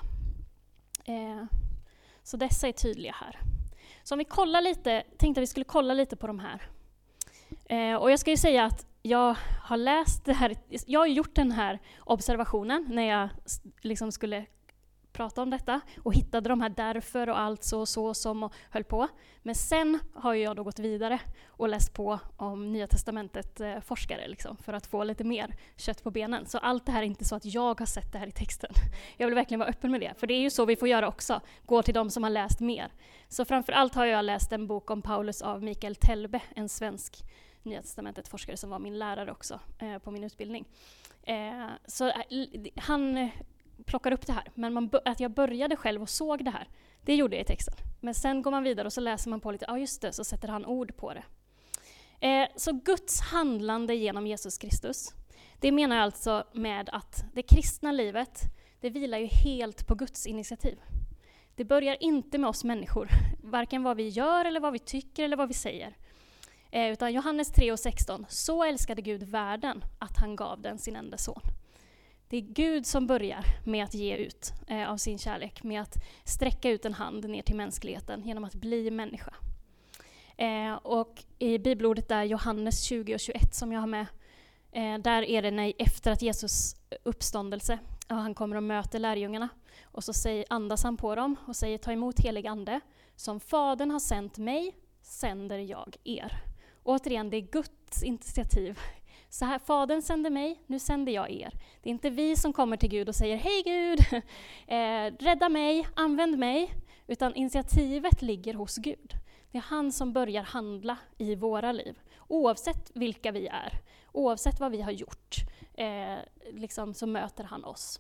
Så dessa är tydliga här. Så om vi kollar lite, tänkte att vi skulle kolla lite på de här. Och jag ska ju säga att jag har läst det här, jag har gjort den här observationen när jag liksom skulle prata om detta och hittade de här därför och allt så som och höll på. Men sen har jag då gått vidare och läst på om Nya testamentet forskare liksom, för att få lite mer kött på benen. Så allt det här är inte så att jag har sett det här i texten. Jag vill verkligen vara öppen med det, för det är ju så vi får göra också. Gå till de som har läst mer. Så framförallt har jag läst en bok om Paulus av Mikael Telbe, en svensk Nya testamentet forskare som var min lärare också på min utbildning. Så han plockar upp det här, men att jag började själv och såg det här, det gjorde jag i texten. Men sen går man vidare och så läser man på lite, just det, så sätter han ord på det. Så Guds handlande genom Jesus Kristus, det menar jag alltså med att det kristna livet, det vilar ju helt på Guds initiativ. Det börjar inte med oss människor, varken vad vi gör eller vad vi tycker eller vad vi säger. Utan Johannes 3:16, så älskade Gud världen att han gav den sin enda son. Det är Gud som börjar med att ge ut av sin kärlek, med att sträcka ut en hand ner till mänskligheten genom att bli människa. Och i bibelordet där Johannes 20:21 som jag har med, där är det efter att Jesus uppståndelse, och han kommer och möter lärjungarna, och så andas han på dem och säger, ta emot helig ande, som Fadern har sänt mig, sänder jag er. Och återigen, det är Guds initiativ. Så här, Fadern sänder mig, nu sänder jag er. Det är inte vi som kommer till Gud och säger, hej Gud, rädda mig, använd mig. Utan initiativet ligger hos Gud. Det är han som börjar handla i våra liv. Oavsett vilka vi är, oavsett vad vi har gjort, liksom, så möter han oss.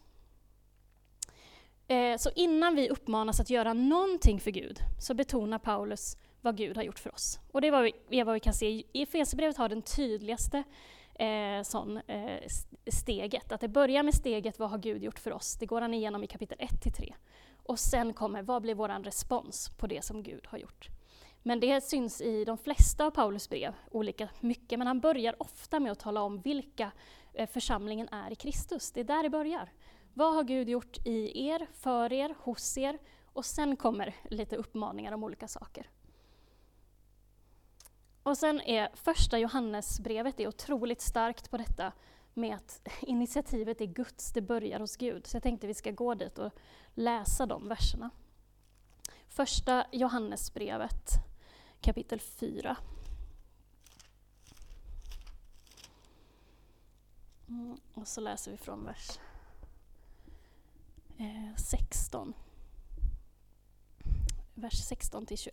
Så innan vi uppmanas att göra någonting för Gud, så betonar Paulus vad Gud har gjort för oss. Och det är vad vi kan se. I Efesierbrevet har den tydligaste steget. Att det börjar med steget, vad har Gud gjort för oss? Det går han igenom i kapitel 1-3. Och sen kommer, vad blir våran respons på det som Gud har gjort? Men det syns i de flesta av Paulus brev, olika mycket. Men han börjar ofta med att tala om vilka församlingen är i Kristus. Det är där det börjar. Vad har Gud gjort i er, för er, hos er? Och sen kommer lite uppmaningar om olika saker. Och sen är första Johannesbrevet är otroligt starkt på detta med att initiativet är Guds, det börjar hos Gud. Så jag tänkte vi ska gå dit och läsa de verserna. Första Johannesbrevet, kapitel 4. Och så läser vi från vers 16. Vers 16-21.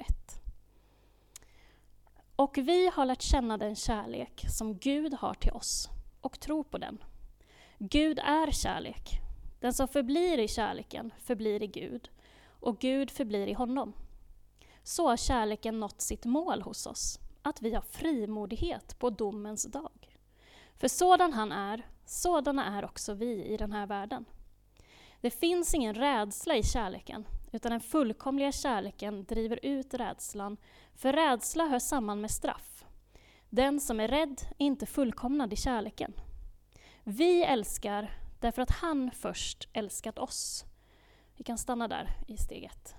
Och vi har lärt känna den kärlek som Gud har till oss och tror på den. Gud är kärlek. Den som förblir i kärleken förblir i Gud och Gud förblir i honom. Så har kärleken nått sitt mål hos oss, att vi har frimodighet på domens dag. För sådan han är, sådana är också vi i den här världen. Det finns ingen rädsla i kärleken, utan den fullkomliga kärleken driver ut rädslan, för rädsla hör samman med straff. Den som är rädd är inte fullkomnad i kärleken. Vi älskar därför att han först älskat oss. Vi kan stanna där i steg 1.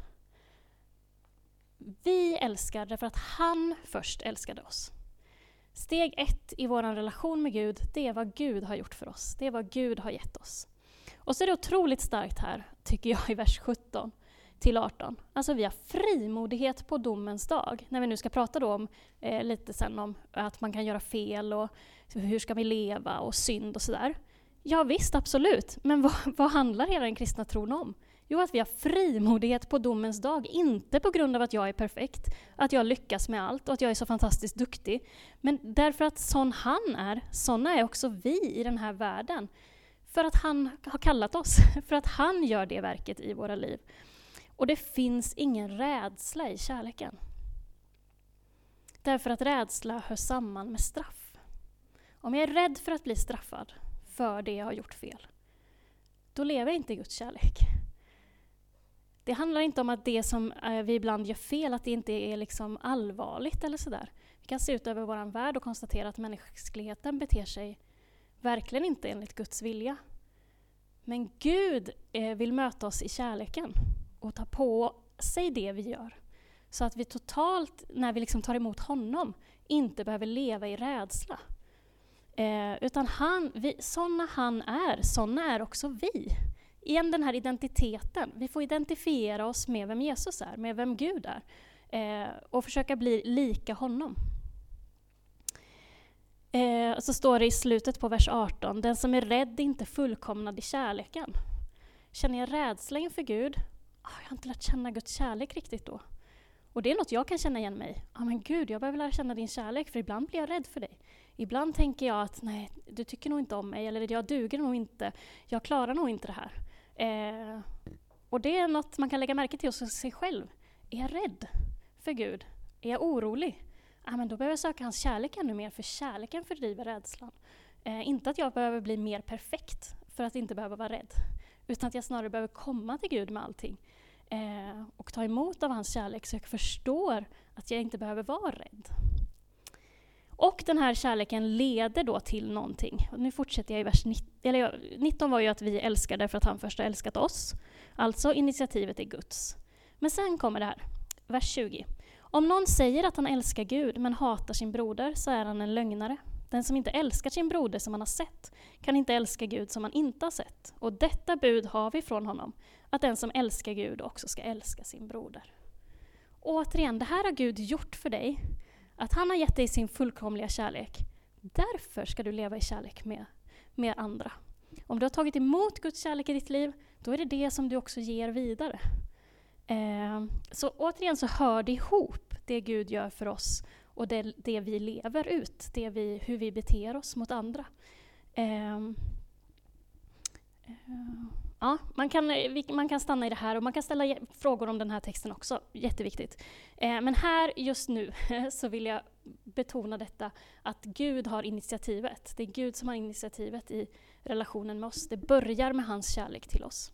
Vi älskar därför att han först älskade oss. Steg 1 i vår relation med Gud, det är vad Gud har gjort för oss. Det är vad Gud har gett oss. Och så är det otroligt starkt här, tycker jag, i vers 17-18. Alltså vi har frimodighet på domens dag. När vi nu ska prata då om lite sen om att man kan göra fel och hur ska vi leva och synd och sådär. Ja visst, absolut. Men vad handlar hela den kristna tron om? Jo, att vi har frimodighet på domens dag, inte på grund av att jag är perfekt, att jag lyckas med allt och att jag är så fantastiskt duktig, men därför att såna är också vi i den här världen. För att han har kallat oss, för att han gör det verket i våra liv. Och det finns ingen rädsla i kärleken. Därför att rädsla hör samman med straff. Om jag är rädd för att bli straffad för det jag har gjort fel, då lever jag inte i Guds kärlek. Det handlar inte om att det som vi ibland gör fel, att det inte är liksom allvarligt eller sådär. Vi kan se ut över vår värld och konstatera att mänskligheten beter sig verkligen inte enligt Guds vilja. Men Gud vill möta oss i kärleken och ta på sig det vi gör. Så att vi totalt, när vi liksom tar emot honom, inte behöver leva i rädsla. Utan såna är också vi. Igen den här identiteten. Vi får identifiera oss med vem Jesus är, med vem Gud är. Och försöka bli lika honom. Så står det i slutet på vers 18. Den som är rädd är inte fullkomnad i kärleken. Känner jag rädsla inför Gud? Jag har inte lärt känna Guds kärlek riktigt då. Och det är något jag kan känna igen mig. Men Gud, jag behöver lära känna din kärlek, för ibland blir jag rädd för dig. Ibland tänker jag att nej, du tycker nog inte om mig, eller jag duger nog inte. Jag klarar nog inte det här. Och det är något man kan lägga märke till hos sig själv. Är jag rädd för Gud? Är jag orolig? Men då behöver jag söka hans kärlek ännu mer, för kärleken fördriver rädslan. Inte att jag behöver bli mer perfekt för att inte behöva vara rädd. Utan att jag snarare behöver komma till Gud med allting. Och ta emot av hans kärlek, så jag förstår att jag inte behöver vara rädd. Och den här kärleken leder då till någonting. Och nu fortsätter jag i vers 19 var ju att vi älskar därför att han först har älskat oss. Alltså initiativet är Guds. Men sen kommer det här, vers 20. Om någon säger att han älskar Gud men hatar sin broder, så är han en lögnare. Den som inte älskar sin broder som han har sett kan inte älska Gud som han inte har sett. Och detta bud har vi från honom, att den som älskar Gud också ska älska sin broder. Återigen, det här har Gud gjort för dig. Att han har gett dig sin fullkomliga kärlek. Därför ska du leva i kärlek med andra. Om du har tagit emot Guds kärlek i ditt liv, då är det som du också ger vidare. Så återigen så hör det ihop, det Gud gör för oss och det vi lever ut, hur vi beter oss mot andra. Ja, man kan stanna i det här och man kan ställa frågor om den här texten också, jätteviktigt. Men här just nu så vill jag betona detta, att Gud har initiativet. Det är Gud som har initiativet i relationen med oss. Det börjar med hans kärlek till oss.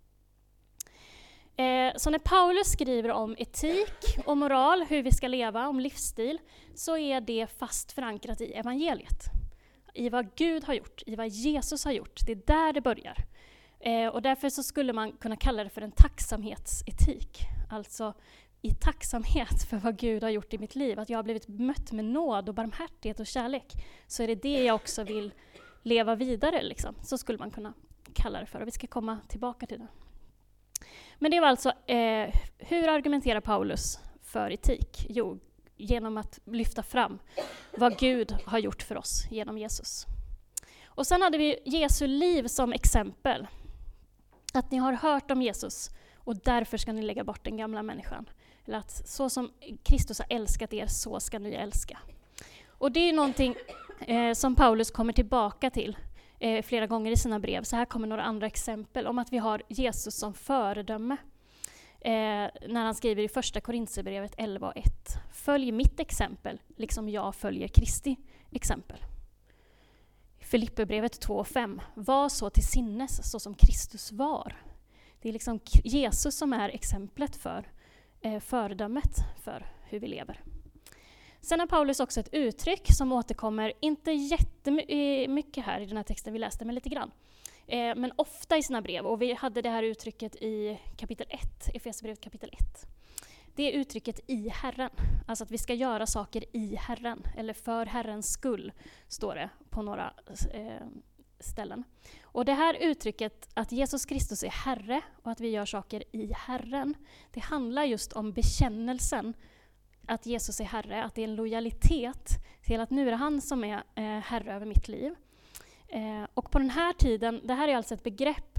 Så när Paulus skriver om etik och moral, hur vi ska leva, om livsstil, så är det fast förankrat i evangeliet. I vad Gud har gjort, i vad Jesus har gjort. Det är där det börjar. Och därför så skulle man kunna kalla det för en tacksamhetsetik. Alltså i tacksamhet för vad Gud har gjort i mitt liv, att jag har blivit mött med nåd och barmhärtighet och kärlek, så är det jag också vill leva vidare. Liksom. Så skulle man kunna kalla det för, och vi ska komma tillbaka till det. Men det var alltså, hur argumenterar Paulus för etik? Jo, genom att lyfta fram vad Gud har gjort för oss genom Jesus. Och sen hade vi Jesu liv som exempel. Att ni har hört om Jesus och därför ska ni lägga bort den gamla människan. Eller att så som Kristus har älskat er, så ska ni älska. Och det är någonting som Paulus kommer tillbaka till flera gånger i sina brev. Så här kommer några andra exempel om att vi har Jesus som föredöme. När han skriver i första Korinthierbrevet 11:1. Följ mitt exempel, liksom jag följer Kristi exempel. Filipperbrevet 2:5. Var så till sinnes så som Kristus var. Det är liksom Jesus som är exemplet för föredömet för hur vi lever. Sen har Paulus också ett uttryck som återkommer, inte jättemycket här i den här texten vi läste, men lite grann. Men ofta i sina brev, och vi hade det här uttrycket i kapitel 1, Efesierbrevet kapitel 1. Det är uttrycket i Herren, alltså att vi ska göra saker i Herren, eller för Herrens skull, står det på några ställen. Och det här uttrycket, att Jesus Kristus är Herre och att vi gör saker i Herren, det handlar just om bekännelsen att Jesus är Herre, att det är en lojalitet till att nu är det han som är Herre över mitt liv. Och på den här tiden, det här är alltså ett begrepp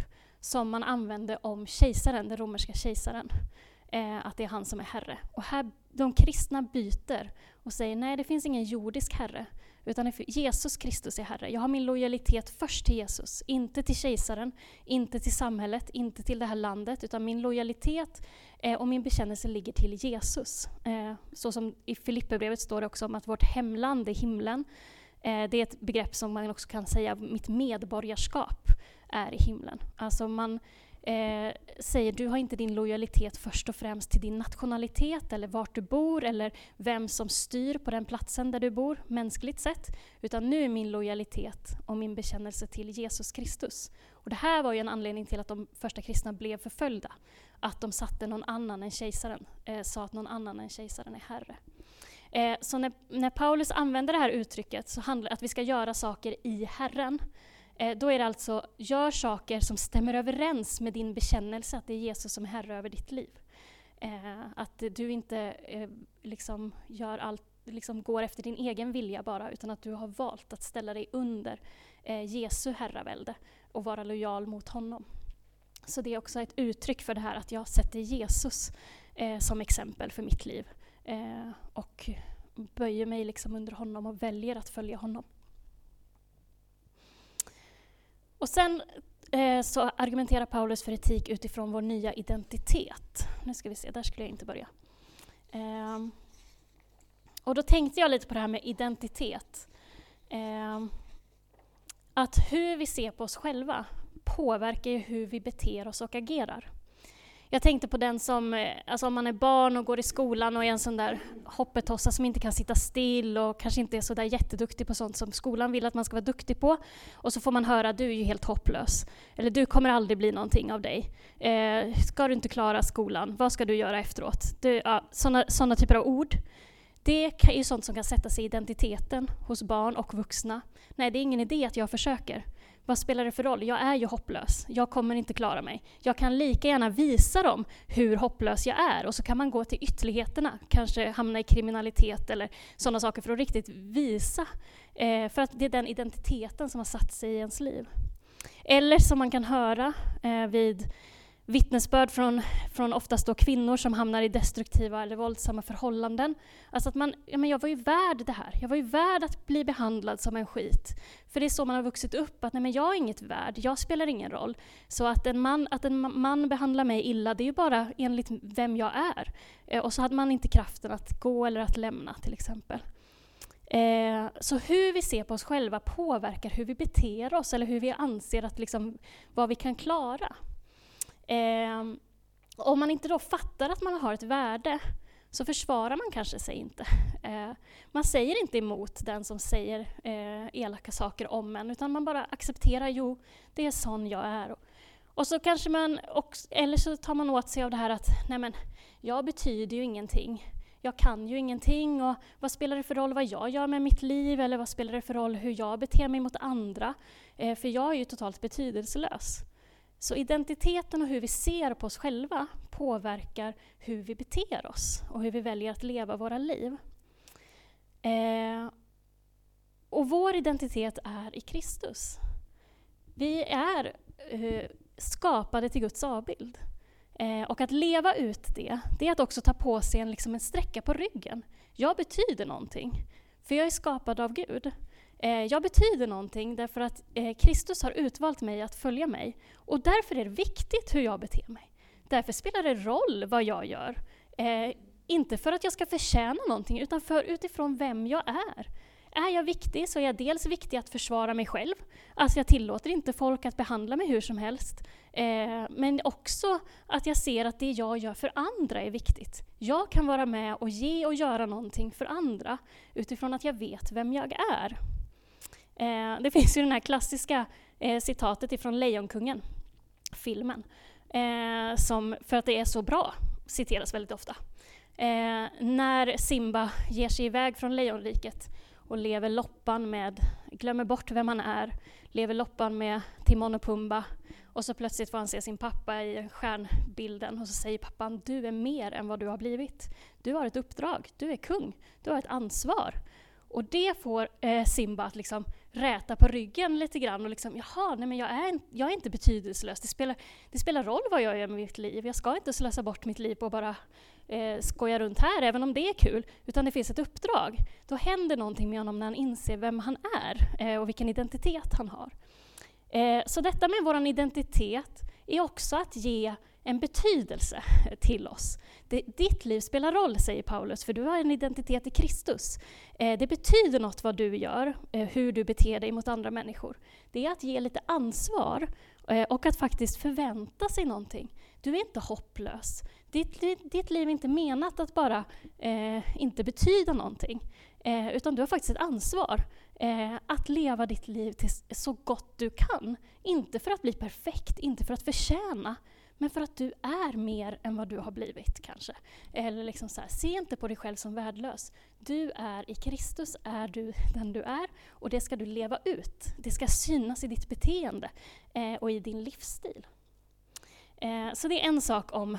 som man använde om kejsaren, den romerska kejsaren. Att det är han som är herre. Och här, de kristna byter och säger nej, det finns ingen jordisk herre, utan Jesus Kristus är herre. Jag har min lojalitet först till Jesus, inte till kejsaren, inte till samhället, inte till det här landet, utan min lojalitet och min bekännelse ligger till Jesus. Så som i Filipperbrevet står det också om att vårt hemland är himlen. Det är ett begrepp som man också kan säga, mitt medborgarskap är i himlen. Alltså man säger, du har inte din lojalitet först och främst till din nationalitet eller vart du bor eller vem som styr på den platsen där du bor, mänskligt sett, utan nu är min lojalitet och min bekännelse till Jesus Kristus. Och det här var ju en anledning till att de första kristna blev förföljda, att de satte någon annan än kejsaren, sa att någon annan än kejsaren är herre. Så när Paulus använder det här uttrycket så handlar det om att vi ska göra saker i Herren. Då är det alltså, gör saker som stämmer överens med din bekännelse att det är Jesus som är herre över ditt liv. Att du inte gör allt, går efter din egen vilja bara, utan att du har valt att ställa dig under Jesu herravälde och vara lojal mot honom. Så det är också ett uttryck för det här att jag sätter Jesus som exempel för mitt liv och böjer mig under honom och väljer att följa honom. Och sen så argumenterar Paulus för etik utifrån vår nya identitet. Nu ska vi se, där skulle jag inte börja. Och då tänkte jag lite på det här med identitet. Att hur vi ser på oss själva påverkar ju hur vi beter oss och agerar. Jag tänkte på den som, alltså om man är barn och går i skolan och är en sån där hoppetossa som inte kan sitta still och kanske inte är så där jätteduktig på sånt som skolan vill att man ska vara duktig på. Och så får man höra, du är ju helt hopplös. Eller du kommer aldrig bli någonting av dig. Ska du inte klara skolan, vad ska du göra efteråt? Sådana typer av ord. Det är ju sånt som kan sätta sig i identiteten hos barn och vuxna. Nej, det är ingen idé att jag försöker. Vad spelar det för roll? Jag är ju hopplös. Jag kommer inte klara mig. Jag kan lika gärna visa dem hur hopplös jag är. Och så kan man gå till ytterligheterna. Kanske hamna i kriminalitet eller sådana saker för att riktigt visa. För att det är den identiteten som har satt sig i ens liv. Eller som man kan höra vid vittnesbörd från oftast då kvinnor som hamnar i destruktiva eller våldsamma förhållanden. Alltså att jag var ju värd det här. Jag var ju värd att bli behandlad som en skit. För det är så man har vuxit upp, att jag är inget värd, jag spelar ingen roll. Så att en man behandlar mig illa, det är ju bara enligt vem jag är. Och så hade man inte kraften att gå eller att lämna till exempel. Så hur vi ser på oss själva påverkar hur vi beter oss eller hur vi anser att vad vi kan klara. Om man inte då fattar att man har ett värde så försvarar man kanske sig inte. Man säger inte emot den som säger elaka saker om en, utan man bara accepterar, jo, det är sån jag är. Och så kanske eller så tar man åt sig av det här att jag betyder ju ingenting. Jag kan ju ingenting, och vad spelar det för roll vad jag gör med mitt liv, eller vad spelar det för roll hur jag beter mig mot andra? För jag är ju totalt betydelselös. Så identiteten och hur vi ser på oss själva påverkar hur vi beter oss och hur vi väljer att leva våra liv. Och vår identitet är i Kristus. Vi är skapade till Guds avbild. Och att leva ut det är att också ta på sig en sträcka på ryggen. Jag betyder någonting, för jag är skapad av Gud. Jag betyder någonting därför att Kristus har utvalt mig att följa mig. Och därför är det viktigt hur jag beter mig. Därför spelar det roll vad jag gör. Inte för att jag ska förtjäna någonting, utan utifrån vem jag är. Är jag viktig så är jag dels viktig att försvara mig själv. Alltså jag tillåter inte folk att behandla mig hur som helst. Men också att jag ser att det jag gör för andra är viktigt. Jag kan vara med och ge och göra någonting för andra utifrån att jag vet vem jag är. Det finns ju den här klassiska citatet ifrån Lejonkungen, filmen, som för att det är så bra citeras väldigt ofta. När Simba ger sig iväg från Lejonriket och lever loppan glömmer bort vem han är, lever loppan med Timon och Pumba, och så plötsligt får han se sin pappa i stjärnbilden och så säger pappan, du är mer än vad du har blivit. Du har ett uppdrag, du är kung, du har ett ansvar. Och det får Simba att räta på ryggen lite grann och liksom, men jag är inte betydelselös. Det spelar roll vad jag gör med mitt liv. Jag ska inte slösa bort mitt liv på att bara skoja runt här, även om det är kul, utan det finns ett uppdrag. Då händer någonting med honom när han inser vem han är och vilken identitet han har. Så detta med vår identitet är också att ge en betydelse till oss. Ditt liv spelar roll, säger Paulus, för du har en identitet i Kristus. Det betyder något vad du gör, hur du beter dig mot andra människor. Det är att ge lite ansvar och att faktiskt förvänta sig någonting. Du är inte hopplös. Ditt liv är inte menat att bara inte betyda någonting. Utan du har faktiskt ett ansvar att leva ditt liv så gott du kan. Inte för att bli perfekt, inte för att förtjäna, men för att du är mer än vad du har blivit kanske. Eller liksom så här, se inte på dig själv som värdelös. Du är i Kristus, är du den du är, och det ska du leva ut. Det ska synas i ditt beteende och i din livsstil. Så det är en sak om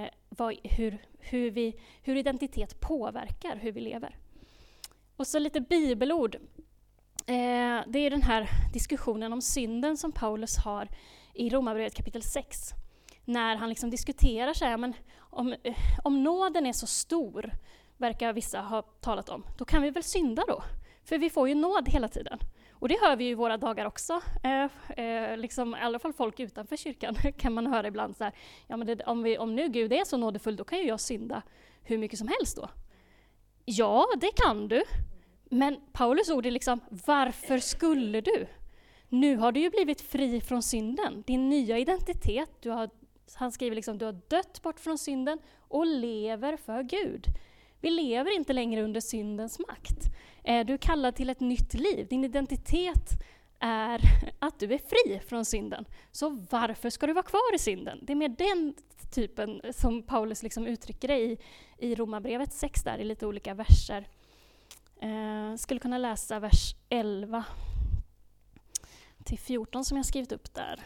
hur identitet påverkar hur vi lever. Och så lite bibelord. Det är den här diskussionen om synden som Paulus har i Romarbrevet kapitel 6. När han liksom diskuterar så här, men om nåden är så stor, verkar vissa ha talat om, då kan vi väl synda då? För vi får ju nåd hela tiden. Och det hör vi ju i våra dagar också. Liksom, i alla fall folk utanför kyrkan kan man höra ibland så här, om nu Gud är så nådefull, då kan ju jag synda hur mycket som helst då. Ja, det kan du. Men Paulus ord är liksom, varför skulle du? Nu har du ju blivit fri från synden. Din nya identitet, han skriver liksom, du har dött bort från synden och lever för Gud. Vi lever inte längre under syndens makt. Du är kallad till ett nytt liv. Din identitet är att du är fri från synden. Så varför ska du vara kvar i synden? Det är mer den typen som Paulus liksom uttrycker det i Romarbrevet 6 där, i lite olika verser. Skulle kunna läsa vers 11 till 14 som jag skrivit upp där.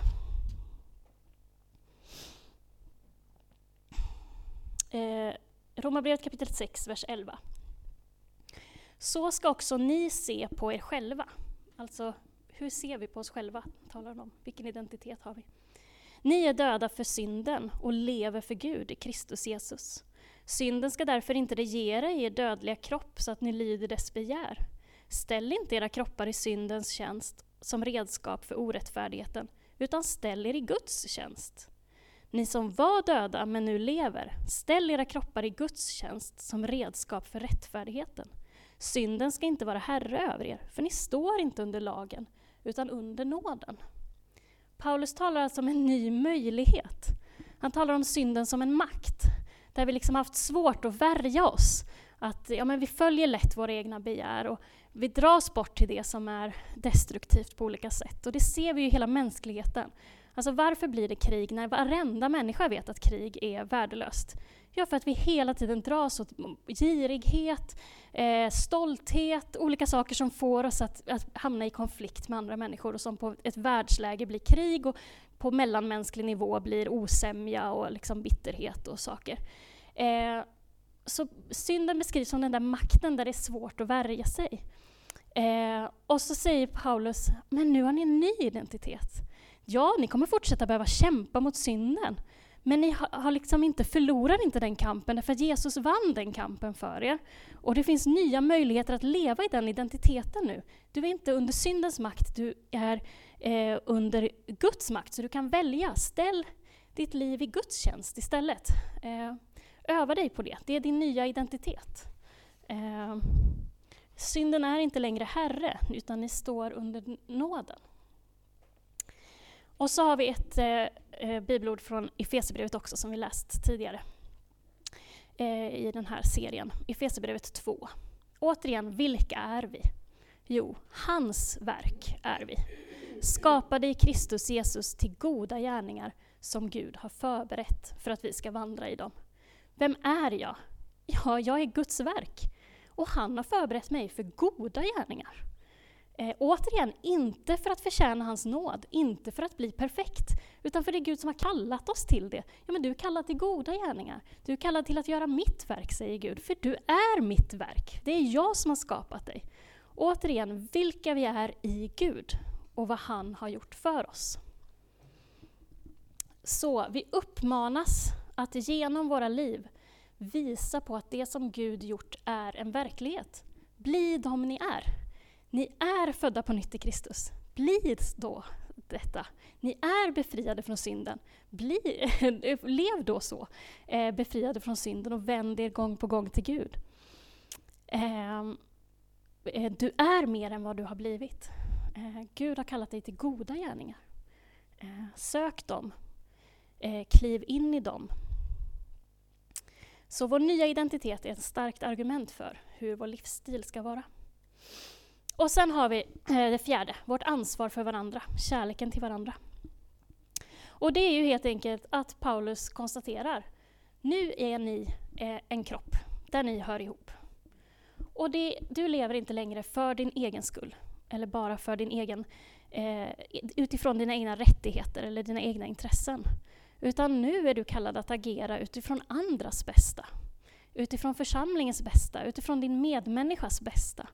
Romarbrevet kapitel 6, vers 11. Så ska också ni se på er själva. Alltså, hur ser vi på oss själva? Talar om. Vilken identitet har vi? Ni är döda för synden och lever för Gud i Kristus Jesus. Synden ska därför inte regera i er dödliga kropp så att ni lyder dess begär. Ställ inte era kroppar i syndens tjänst som redskap för orättfärdigheten, utan ställ er i Guds tjänst. Ni som var döda men nu lever, ställ era kroppar i Guds tjänst som redskap för rättfärdigheten. Synden ska inte vara herre över er, för ni står inte under lagen, utan under nåden. Paulus talar alltså om en ny möjlighet. Han talar om synden som en makt, där vi liksom haft svårt att värja oss. Att vi följer lätt våra egna begär och vi dras bort till det som är destruktivt på olika sätt. Och det ser vi ju i hela mänskligheten. Alltså varför blir det krig när varenda människa vet att krig är värdelöst? Ja, för att vi hela tiden dras åt girighet, stolthet, olika saker som får oss att hamna i konflikt med andra människor och som på ett världsläge blir krig och på mellanmänsklig nivå blir osämja och liksom bitterhet och saker. Så synden beskrivs som den där makten där det är svårt att värja sig. Och så säger Paulus, men nu har ni en ny identitet. Ja, ni kommer fortsätta behöva kämpa mot synden. Men ni förlorar inte den kampen därför att Jesus vann den kampen för er. Och det finns nya möjligheter att leva i den identiteten nu. Du är inte under syndens makt, du är under Guds makt. Så du kan välja, ställ ditt liv i Guds tjänst istället. Öva dig på det, det är din nya identitet. Synden är inte längre herre, utan ni står under nåden. Och så har vi ett bibelord från Efesierbrevet också som vi läst tidigare i den här serien. Efesierbrevet 2. Återigen, vilka är vi? Jo, hans verk är vi. Skapade i Kristus Jesus till goda gärningar som Gud har förberett för att vi ska vandra i dem. Vem är jag? Ja, jag är Guds verk. Och han har förberett mig för goda gärningar. Återigen, inte för att förtjäna hans nåd, inte för att bli perfekt, utan för det är Gud som har kallat oss till det. Ja, men du är kallad till goda gärningar. Du är kallad till att göra mitt verk, säger Gud. För du är mitt verk. Det är jag som har skapat dig. Återigen, vilka vi är i Gud och vad han har gjort för oss. Så vi uppmanas att genom våra liv visa på att det som Gud gjort är en verklighet. Bli de ni är. Ni är födda på nytt i Kristus. Bli då detta. Ni är befriade från synden. Lev då så, befriade från synden och vänd er gång på gång till Gud. Du är mer än vad du har blivit. Gud har kallat dig till goda gärningar. Sök dem. Kliv in i dem. Så vår nya identitet är ett starkt argument för hur vår livsstil ska vara. Och sen har vi det fjärde, vårt ansvar för varandra, kärleken till varandra. Och det är ju helt enkelt att Paulus konstaterar, nu är ni en kropp där ni hör ihop. Och du lever inte längre för din egen skull, eller bara för din egen, utifrån dina egna rättigheter eller dina egna intressen. Utan nu är du kallad att agera utifrån andras bästa, utifrån församlingens bästa, utifrån din medmänniskas bästa.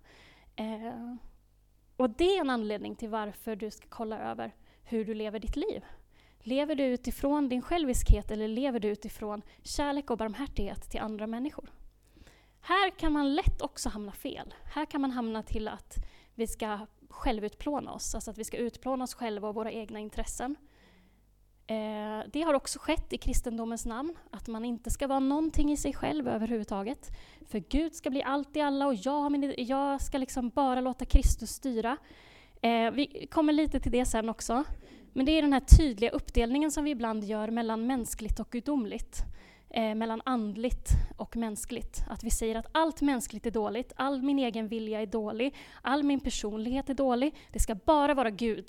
Och det är en anledning till varför du ska kolla över hur du lever ditt liv. Lever du utifrån din själviskhet eller lever du utifrån kärlek och barmhärtighet till andra människor? Här kan man lätt också hamna fel. Här kan man hamna till att vi ska självutplåna oss, alltså att vi ska utplåna oss själva och våra egna intressen. Det har också skett i kristendomens namn, att man inte ska vara någonting i sig själv överhuvudtaget. För Gud ska bli allt i alla och jag ska liksom bara låta Kristus styra. Vi kommer lite till det sen också. Men det är den här tydliga uppdelningen som vi ibland gör mellan mänskligt och gudomligt. Mellan andligt och mänskligt. Att vi säger att allt mänskligt är dåligt, all min egen vilja är dålig, all min personlighet är dålig. Det ska bara vara Gud.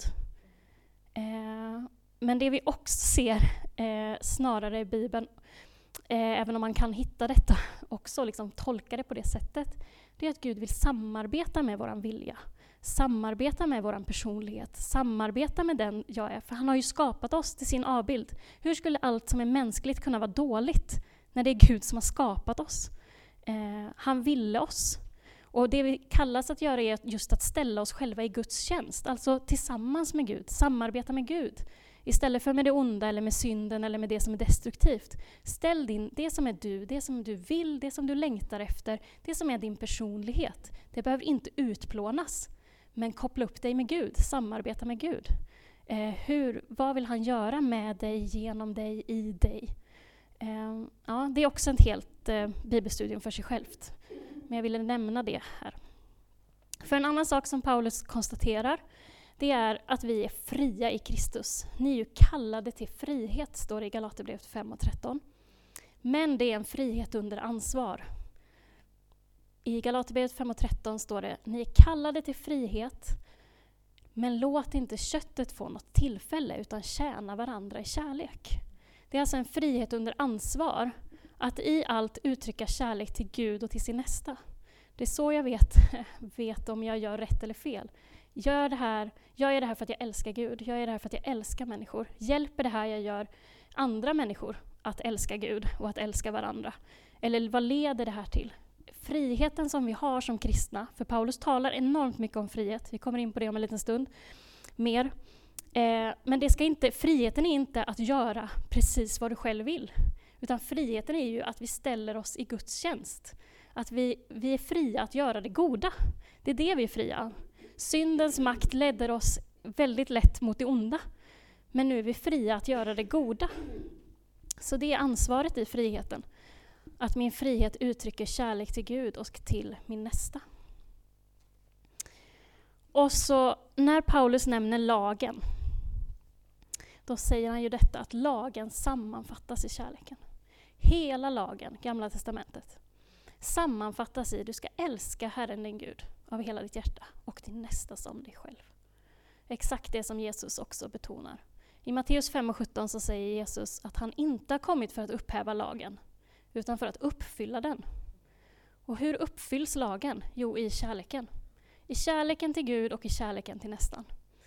Men det vi också ser snarare i Bibeln, även om man kan hitta detta också, liksom tolka det på det sättet, det är att Gud vill samarbeta med våran vilja, samarbeta med våran personlighet, samarbeta med den jag är, för han har ju skapat oss till sin avbild. Hur skulle allt som är mänskligt kunna vara dåligt när det är Gud som har skapat oss? Han ville oss. Och det vi kallas att göra är just att ställa oss själva i Guds tjänst, alltså tillsammans med Gud, samarbeta med Gud. Istället för med det onda eller med synden eller med det som är destruktivt. Ställ in det som är du, det som du vill, det som du längtar efter, det som är din personlighet. Det behöver inte utplånas, men koppla upp dig med Gud, samarbeta med Gud. Vad vill han göra med dig, genom dig, i dig? Det är också ett helt bibelstudium för sig självt. Men jag ville nämna det här. För en annan sak som Paulus konstaterar, det är att vi är fria i Kristus. Ni är ju kallade till frihet, står det i Galaterbrevet 5:13. Men det är en frihet under ansvar. I Galaterbrevet 5:13 står det, ni är kallade till frihet, men låt inte köttet få något tillfälle, utan tjäna varandra i kärlek. Det är alltså en frihet under ansvar, att i allt uttrycka kärlek till Gud och till sin nästa. Det är så jag vet om jag gör rätt eller fel. Jag gör det här för att jag älskar Gud. Jag gör det här för att jag älskar människor. Hjälper det här jag gör andra människor att älska Gud och att älska varandra? Eller vad leder det här till? Friheten som vi har som kristna, för Paulus talar enormt mycket om frihet. Vi kommer in på det om en liten stund. Mer. Men friheten är inte att göra precis vad du själv vill. Utan friheten är ju att vi ställer oss i Guds tjänst. Att vi är fria att göra det goda. Det är det vi är fria. Syndens makt ledde oss väldigt lätt mot det onda. Men nu är vi fria att göra det goda. Så det är ansvaret i friheten. Att min frihet uttrycker kärlek till Gud och till min nästa. Och så när Paulus nämner lagen, då säger han ju detta att lagen sammanfattas i kärleken. Hela lagen, Gamla testamentet, sammanfattas i du ska älska Herren din Gud av hela ditt hjärta och din nästa som dig själv. Exakt det som Jesus också betonar. I Matteus 5:17 så säger Jesus att han inte har kommit för att upphäva lagen, utan för att uppfylla den. Och hur uppfylls lagen? Jo, i kärleken. I kärleken till Gud och i kärleken till nästan.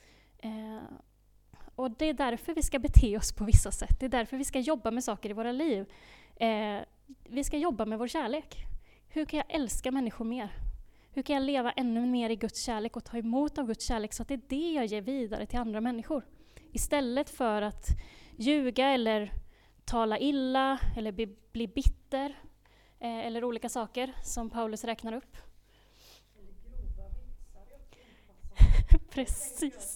Och det är därför vi ska bete oss på vissa sätt. Det är därför vi ska jobba med saker i våra liv. Vi ska jobba med vår kärlek. Hur kan jag älska människor mer? Hur kan jag leva ännu mer i Guds kärlek och ta emot av Guds kärlek så att det är det jag ger vidare till andra människor? Istället för att ljuga eller tala illa eller bli bitter eller olika saker som Paulus räknar upp. Precis.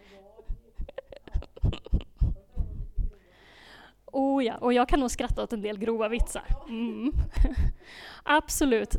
Oh ja, och jag kan nog skratta åt en del grova vitsar. Mm. Absolut.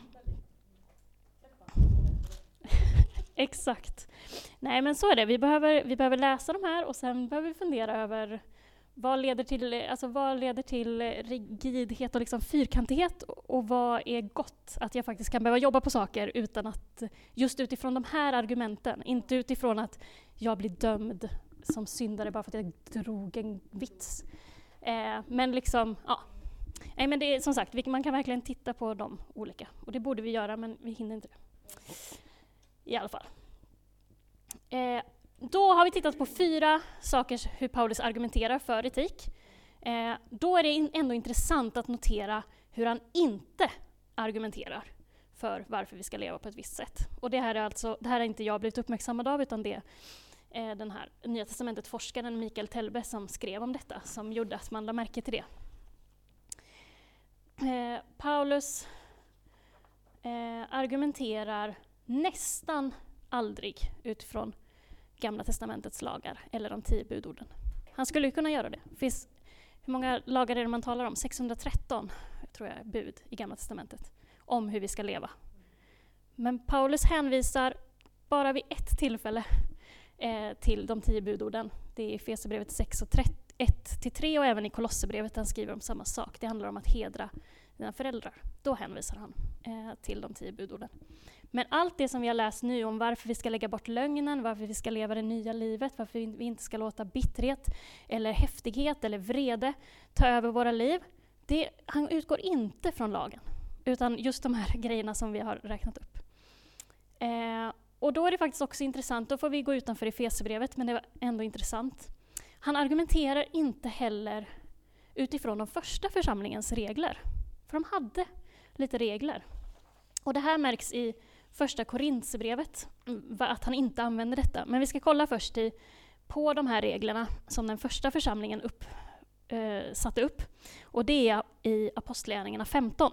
Exakt. Nej, men så är det. Vi behöver läsa de här och sen behöver vi fundera över vad leder till rigidhet och liksom fyrkantighet och vad är gott? Att jag faktiskt kan behöva jobba på saker utan att just utifrån de här argumenten, inte utifrån att jag blir dömd som syndare bara för att jag drog en vits. Men liksom, ja. Nej, men det är som sagt, man kan verkligen titta på de olika. Och det borde vi göra, men vi hinner inte det. I alla fall. Då har vi tittat på 4 saker hur Paulus argumenterar för etik. Då är det ändå intressant att notera hur han inte argumenterar för varför vi ska leva på ett visst sätt. Och det här är inte jag blivit uppmärksammad av, utan det är den här Nya testamentet-forskaren Mikael Telbe som skrev om detta, som gjorde att man lade märke till det. Paulus argumenterar nästan aldrig utifrån Gamla testamentets lagar eller de 10 budorden. Han skulle ju kunna göra det. Hur många lagar är det man talar om? 613 tror jag bud i Gamla testamentet om hur vi ska leva. Men Paulus hänvisar bara vid ett tillfälle till de 10 budorden. Det är i Efesierbrevet 6 och 1-3 och även i Kolosserbrevet han skriver om samma sak. Det handlar om att hedra dina föräldrar. Då hänvisar han till de 10 budorden. Men allt det som vi har läst nu om varför vi ska lägga bort lögnen, varför vi ska leva det nya livet, varför vi inte ska låta bitterhet eller häftighet eller vrede ta över våra liv, han utgår inte från lagen, utan just de här grejerna som vi har räknat upp. Och då är det faktiskt också intressant, då får vi gå utanför Efesierbrevet, men det var ändå intressant. Han argumenterar inte heller utifrån de första församlingens regler, för de hade lite regler. Och det här märks i första Korinthierbrevet, att han inte använder detta. Men vi ska kolla först på de här reglerna som den första församlingen satte upp. Och det är i Apostlagärningarna 15.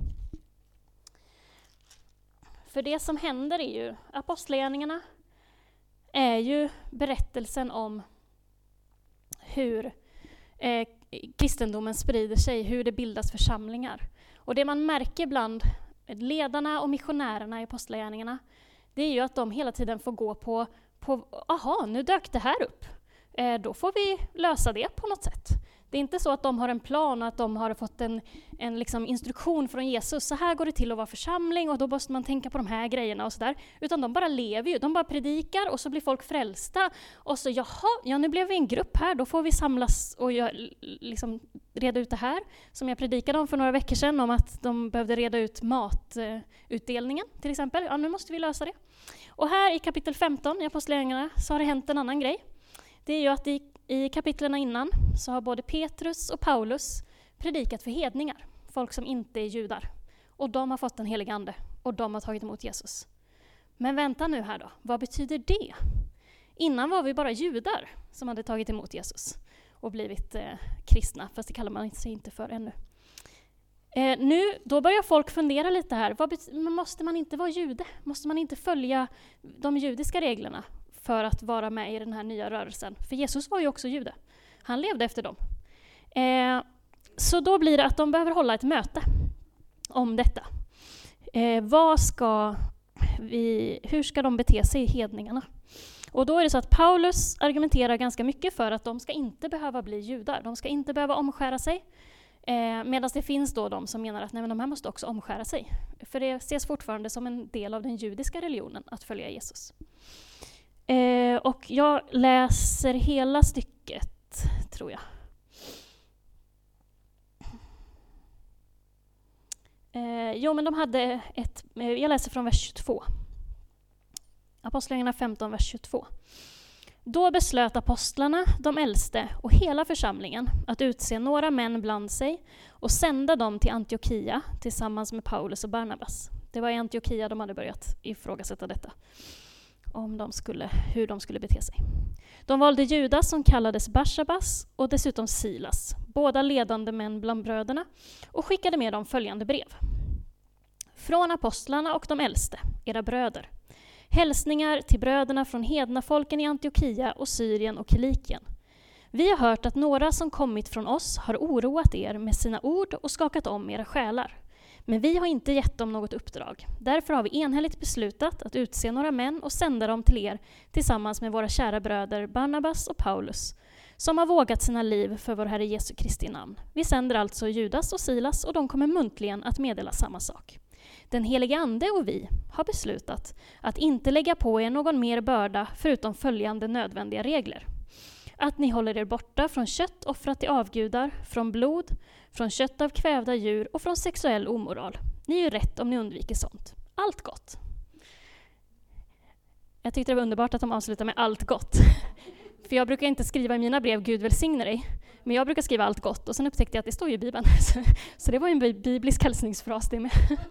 För det som händer är ju, Apostlagärningarna är ju berättelsen om hur kristendomen sprider sig, hur det bildas församlingar. Och det man märker bland ledarna och missionärerna i apostlagärningarna, det är ju att de hela tiden får gå på aha, nu dök det här upp. Då får vi lösa det på något sätt. Det är inte så att de har en plan och att de har fått en liksom instruktion från Jesus. Så här går det till att vara församling och då måste man tänka på de här grejerna och sådär. Utan de bara lever ju. De bara predikar och så blir folk frälsta. Och så nu blev vi en grupp här. Då får vi samlas och liksom reda ut det här. Som jag predikade om för några veckor sedan om att de behövde reda ut matutdelningen till exempel. Ja, nu måste vi lösa det. Och här i kapitel 15 i Apostlagärningarna så har det hänt en annan grej. Det är ju att i kapitlerna innan så har både Petrus och Paulus predikat för hedningar, folk som inte är judar. Och de har fått den heliga ande och de har tagit emot Jesus. Men vänta nu här då, vad betyder det? Innan var vi bara judar som hade tagit emot Jesus och blivit kristna, fast det kallar man sig inte för ännu. Då börjar folk fundera lite här, måste man inte vara jude? Måste man inte följa de judiska reglerna för att vara med i den här nya rörelsen? För Jesus var ju också jude. Han levde efter dem. Så då blir det att de behöver hålla ett möte om detta. Hur ska de bete sig i hedningarna? Och då är det så att Paulus argumenterar ganska mycket för att de ska inte behöva bli judar. De ska inte behöva omskära sig. Medan det finns då de som menar att de här måste också omskära sig. För det ses fortfarande som en del av den judiska religionen att följa Jesus. Och jag läser hela stycket, tror jag. Men de hade jag läser från vers 22. Apostlagärningarna 15, vers 22. Då beslöt apostlarna, de äldste och hela församlingen att utse några män bland sig och sända dem till Antiochia tillsammans med Paulus och Barnabas. Det var i Antiochia de hade börjat ifrågasätta detta. Hur de skulle bete sig. De valde Judas som kallades Barsabas och dessutom Silas, båda ledande män bland bröderna, och skickade med dem följande brev. Från apostlarna och de äldste, era bröder. Hälsningar till bröderna från hedna folken i Antiochia och Syrien och Kilikien. Vi har hört att några som kommit från oss har oroat er med sina ord och skakat om era själar. Men vi har inte gett dem något uppdrag. Därför har vi enhälligt beslutat att utse några män och sända dem till er tillsammans med våra kära bröder Barnabas och Paulus, som har vågat sina liv för vår Herre Jesu Kristi namn. Vi sänder alltså Judas och Silas och de kommer muntligen att meddela samma sak. Den helige Ande och vi har beslutat att inte lägga på er någon mer börda förutom följande nödvändiga regler. Att ni håller er borta från kött offrat till avgudar, från blod, från kött av kvävda djur och från sexuell omoral. Ni är ju rätt om ni undviker sånt. Allt gott. Jag tyckte det var underbart att de avslutar med allt gott. För jag brukar inte skriva i mina brev Gud välsigne dig. Men jag brukar skriva allt gott och sen upptäckte jag att det står ju i Bibeln. Så det var ju en biblisk hälsningsfras det med.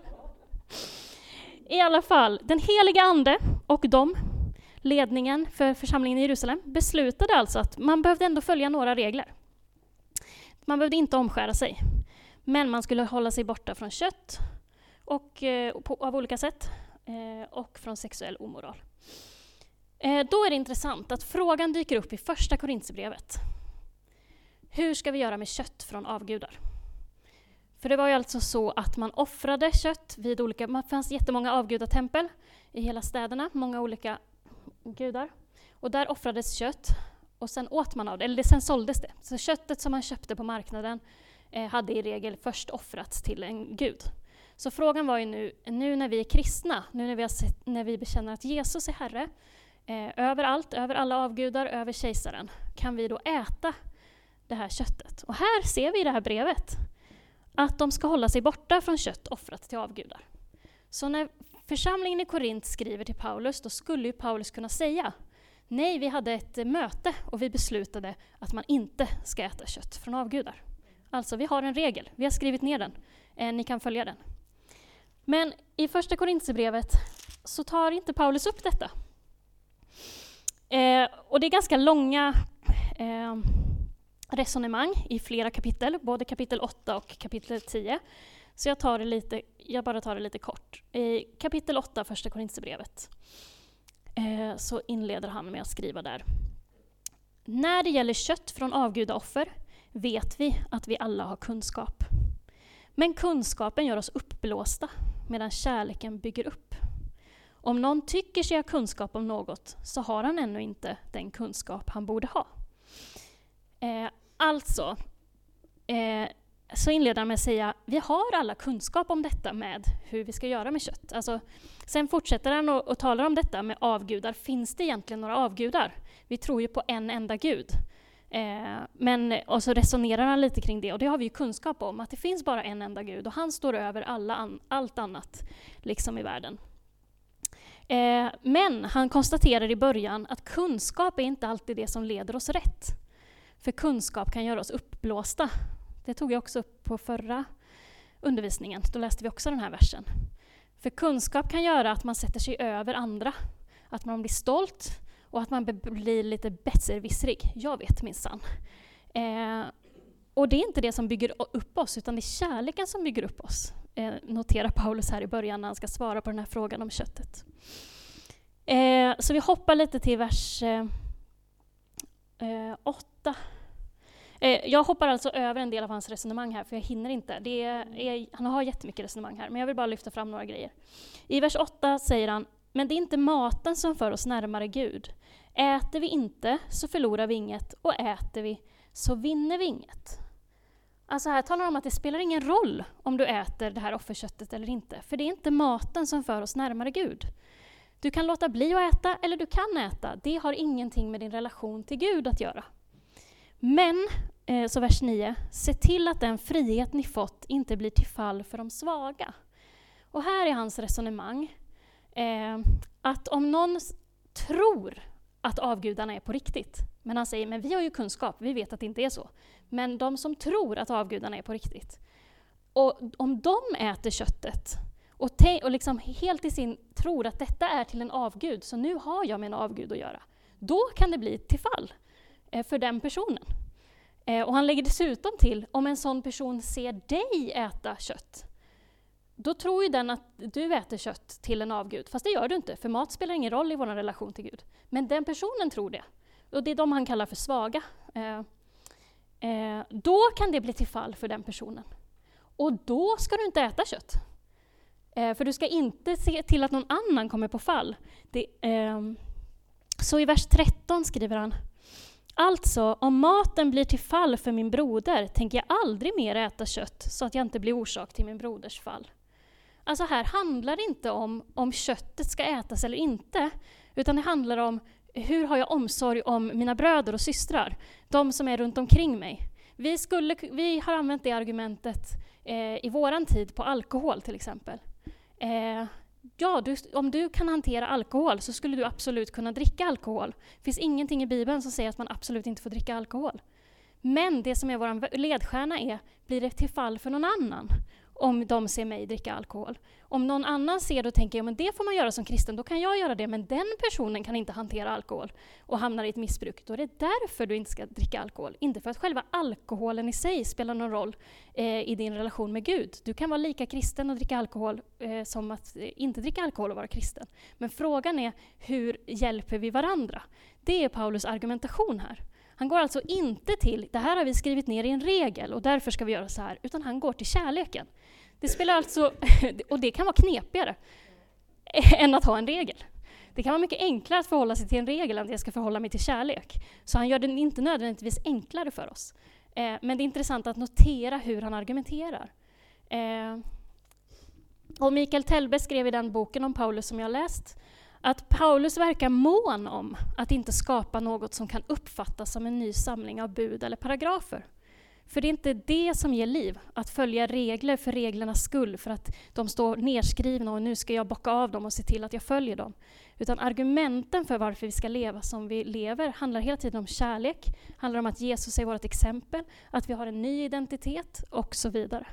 I alla fall, den heliga ande och ledningen för församlingen i Jerusalem, beslutade alltså att man behövde ändå följa några regler. Man behövde inte omskära sig, men man skulle hålla sig borta från kött och, av olika sätt och från sexuell omoral. Då är det intressant att frågan dyker upp i första Korinthierbrevet. Hur ska vi göra med kött från avgudar? För det var ju alltså så att man offrade kött vid olika, man fanns jättemånga avgudatempel i hela städerna, många olika gudar. Och där offrades kött och sen åt man av det, eller sen såldes det. Så köttet som man köpte på marknaden hade i regel först offrats till en gud. Så frågan var ju nu när vi är kristna, nu när vi bekänner att Jesus är Herre, överallt, över alla avgudar, över kejsaren, kan vi då äta det här köttet? Och här ser vi i det här brevet att de ska hålla sig borta från kött offrat till avgudar. Så när församlingen i Korint skriver till Paulus, då skulle ju Paulus kunna säga: nej, vi hade ett möte och vi beslutade att man inte ska äta kött från avgudar. Alltså, vi har en regel, vi har skrivit ner den, ni kan följa den. Men i första Korinthierbrevet så tar inte Paulus upp detta. Och det är ganska långa resonemang i flera kapitel, både kapitel 8 och kapitel 10. Så jag bara tar det lite kort. I kapitel 8, första Korinthierbrevet, så inleder han med att skriva där: när det gäller kött från avgudaoffer vet vi att vi alla har kunskap. Men kunskapen gör oss uppblåsta, medan kärleken bygger upp. Om någon tycker sig ha kunskap om något, så har han ännu inte den kunskap han borde ha. Så inleder han med att säga: vi har alla kunskap om detta med hur vi ska göra med kött. Alltså, sen fortsätter han och talar om detta med avgudar. Finns det egentligen några avgudar? Vi tror ju på en enda gud. Och så resonerar han lite kring det, och det har vi ju kunskap om, att det finns bara en enda gud och han står över allt annat liksom i världen. Men han konstaterar i början att kunskap är inte alltid det som leder oss rätt. För kunskap kan göra oss uppblåsta. Det tog jag också upp på förra undervisningen. Då läste vi också den här versen. För kunskap kan göra att man sätter sig över andra. Att man blir stolt och att man blir lite besserwissrig. Jag vet minsann. Och det är inte det som bygger upp oss, utan det är kärleken som bygger upp oss. Noterar Paulus här i början när han ska svara på den här frågan om köttet. Så vi hoppar lite till vers 8. Jag hoppar alltså över en del av hans resonemang här, för jag hinner inte. Han har jättemycket resonemang här, men jag vill bara lyfta fram några grejer. I vers 8 säger han: men det är inte maten som för oss närmare Gud. Äter vi inte så förlorar vi inget, och äter vi så vinner vi inget. Alltså här talar om att det spelar ingen roll om du äter det här offerköttet eller inte, för det är inte maten som för oss närmare Gud. Du kan låta bli att äta eller du kan äta. Det har ingenting med din relation till Gud att göra. Men, så vers 9, se till att den frihet ni fått inte blir till fall för de svaga. Och här är hans resonemang att om någon tror att avgudarna är på riktigt, men han säger, men vi har ju kunskap, vi vet att det inte är så. Men de som tror att avgudarna är på riktigt, och om de äter köttet och liksom helt i sin tror att detta är till en avgud, så nu har jag med en avgud att göra. Då kan det bli till fall för den personen. Och han lägger dessutom till, om en sån person ser dig äta kött, då tror ju den att du äter kött till en avgud. Fast det gör du inte, för mat spelar ingen roll i vår relation till Gud. Men den personen tror det. Och det är de han kallar för svaga. Då kan det bli till fall för den personen. Och då ska du inte äta kött. För du ska inte se till att någon annan kommer på fall. Så i vers 13 skriver han: alltså, om maten blir till fall för min broder tänker jag aldrig mer äta kött så att jag inte blir orsak till min broders fall. Alltså här handlar det inte om köttet ska ätas eller inte, utan det handlar om hur har jag omsorg om mina bröder och systrar, de som är runt omkring mig. Vi har använt det argumentet i våran tid på alkohol till exempel. Om du kan hantera alkohol så skulle du absolut kunna dricka alkohol. Det finns ingenting i Bibeln som säger att man absolut inte får dricka alkohol. Men det som är vår ledstjärna är, blir det till fall för någon annan om de ser mig dricka alkohol? Om någon annan ser det och tänker, ja, men det får man göra som kristen, då kan jag göra det, men den personen kan inte hantera alkohol och hamnar i ett missbruk. Då är det därför du inte ska dricka alkohol. Inte för att själva alkoholen i sig spelar någon roll i din relation med Gud. Du kan vara lika kristen och dricka alkohol som att inte dricka alkohol och vara kristen. Men frågan är, hur hjälper vi varandra? Det är Paulus argumentation här. Han går alltså inte till, det här har vi skrivit ner i en regel och därför ska vi göra så här, utan han går till kärleken. Det spelar alltså, och det kan vara knepigare än att ha en regel. Det kan vara mycket enklare att förhålla sig till en regel än att jag ska förhålla mig till kärlek. Så han gör det inte nödvändigtvis enklare för oss. Men det är intressant att notera hur han argumenterar. Och Mikael Telbe skrev i den boken om Paulus som jag läst, att Paulus verkar mån om att inte skapa något som kan uppfattas som en ny samling av bud eller paragrafer. För det är inte det som ger liv, att följa regler för reglernas skull, för att de står nedskrivna och nu ska jag bocka av dem och se till att jag följer dem. Utan argumenten för varför vi ska leva som vi lever handlar hela tiden om kärlek, handlar om att Jesus är vårt exempel, att vi har en ny identitet och så vidare.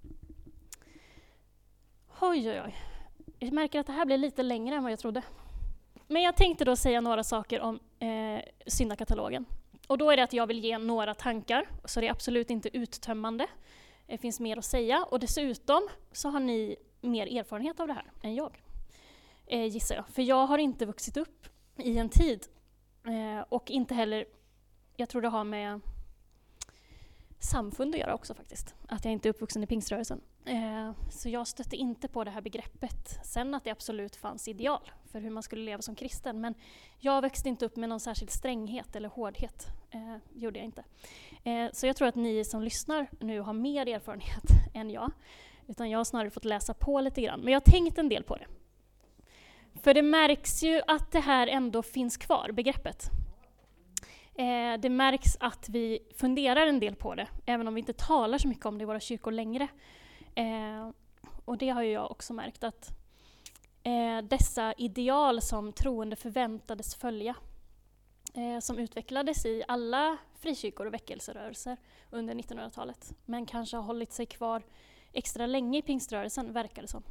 Oj. Jag märker att det här blir lite längre än vad jag trodde. Men jag tänkte då säga några saker om syndakatalogen. Och då är det att jag vill ge några tankar, så det är absolut inte uttömmande. Det finns mer att säga, och dessutom så har ni mer erfarenhet av det här än jag, gissar jag. För jag har inte vuxit upp i en tid, och inte heller, jag tror det har med samfund att göra också faktiskt. Att jag inte är uppvuxen i pingströrelsen. Så jag stötte inte på det här begreppet. Sen att det absolut fanns ideal för hur man skulle leva som kristen. Men jag växte inte upp med någon särskild stränghet eller hårdhet. Gjorde jag inte. Så jag tror att ni som lyssnar nu har mer erfarenhet än jag. Utan jag har snarare fått läsa på lite grann. Men jag har tänkt en del på det. För det märks ju att det här ändå finns kvar, begreppet. Det märks att vi funderar en del på det, även om vi inte talar så mycket om det i våra kyrkor längre. Och det har ju jag också märkt, att dessa ideal som troende förväntades följa, som utvecklades i alla frikyrkor och väckelserörelser under 1900-talet, men kanske har hållit sig kvar extra länge i pingströrelsen, verkar det som.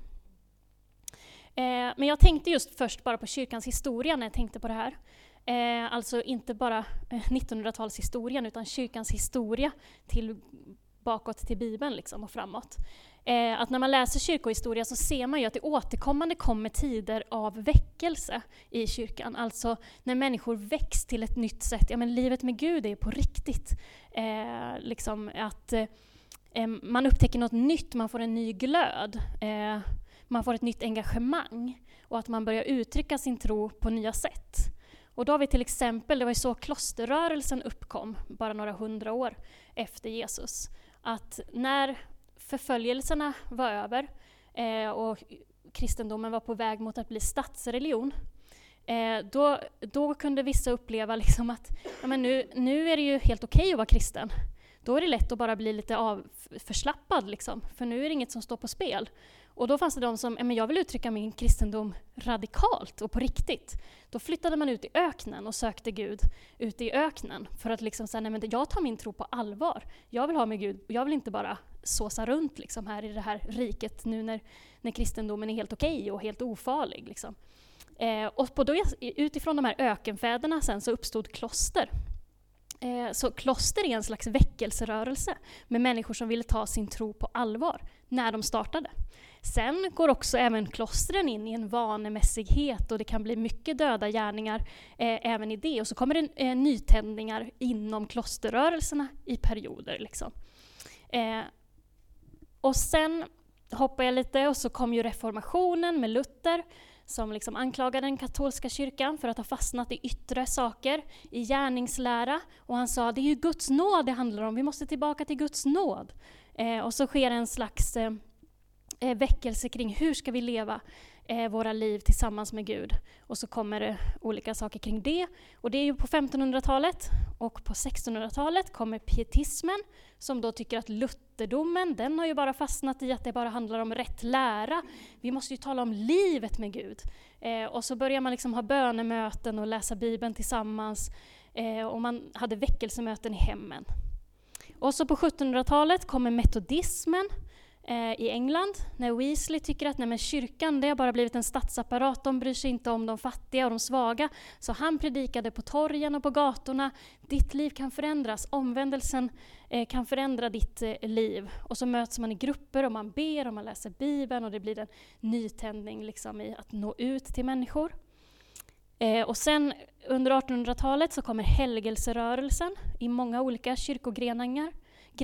Men jag tänkte just först bara på kyrkans historia när jag tänkte på det här. Alltså inte bara 1900-talshistorien, utan kyrkans historia bakåt till Bibeln liksom, och framåt. Att när man läser kyrkohistoria så ser man ju att det återkommande kommer tider av väckelse i kyrkan. Alltså när människor väcks till ett nytt sätt. Ja, men livet med Gud är på riktigt. Liksom att man upptäcker något nytt, man får en ny glöd. Man får ett nytt engagemang. Och att man börjar uttrycka sin tro på nya sätt. Och då har vi till exempel, det var ju så klosterrörelsen uppkom, bara några 100 år efter Jesus. Att när förföljelserna var över och kristendomen var på väg mot att bli statsreligion, då kunde vissa uppleva liksom att ja, men nu är det ju helt okej att vara kristen. då är det lätt att bara bli lite förslappad liksom, för nu är det inget som står på spel. Och då fanns det de som, men jag vill uttrycka min kristendom radikalt och på riktigt. Då flyttade man ut i öknen och sökte Gud ute i öknen för att liksom säga, nej men jag tar min tro på allvar. Jag vill ha med Gud, jag vill inte bara såsa runt liksom här i det här riket nu när kristendomen är helt okej och helt ofarlig liksom. Och utifrån de här ökenfäderna sen så uppstod kloster. Så kloster är en slags väckelserörelse med människor som ville ta sin tro på allvar när de startade. Sen går också även klostren in i en vanemässighet och det kan bli mycket döda gärningar även i det. Och så kommer det nytändningar inom klosterrörelserna i perioder. Liksom. Och sen hoppar jag lite och så kom ju reformationen med Luther som liksom anklagade den katolska kyrkan för att ha fastnat i yttre saker, i gärningslära. Och han sa, det är ju Guds nåd det handlar om, vi måste tillbaka till Guds nåd. Och så sker en slags väckelse kring hur ska vi leva våra liv tillsammans med Gud. Och så kommer det olika saker kring det. Och det är ju på 1500-talet och på 1600-talet kommer pietismen som då tycker att lutherdomen, den har ju bara fastnat i att det bara handlar om rätt lära. Vi måste ju tala om livet med Gud. Och så börjar man liksom ha bönemöten och läsa Bibeln tillsammans. Och man hade väckelsemöten i hemmen. Och så på 1700-talet kommer metodismen i England, när Wesley tycker att nej, men kyrkan det har bara blivit en statsapparat, de bryr sig inte om de fattiga och de svaga. Så han predikade på torgen och på gatorna, ditt liv kan förändras, omvändelsen kan förändra ditt liv. Och så möts man i grupper och man ber och man läser Bibeln och det blir en nytändning liksom, i att nå ut till människor. Och sen under 1800-talet så kommer helgelserörelsen i många olika kyrkogrenar.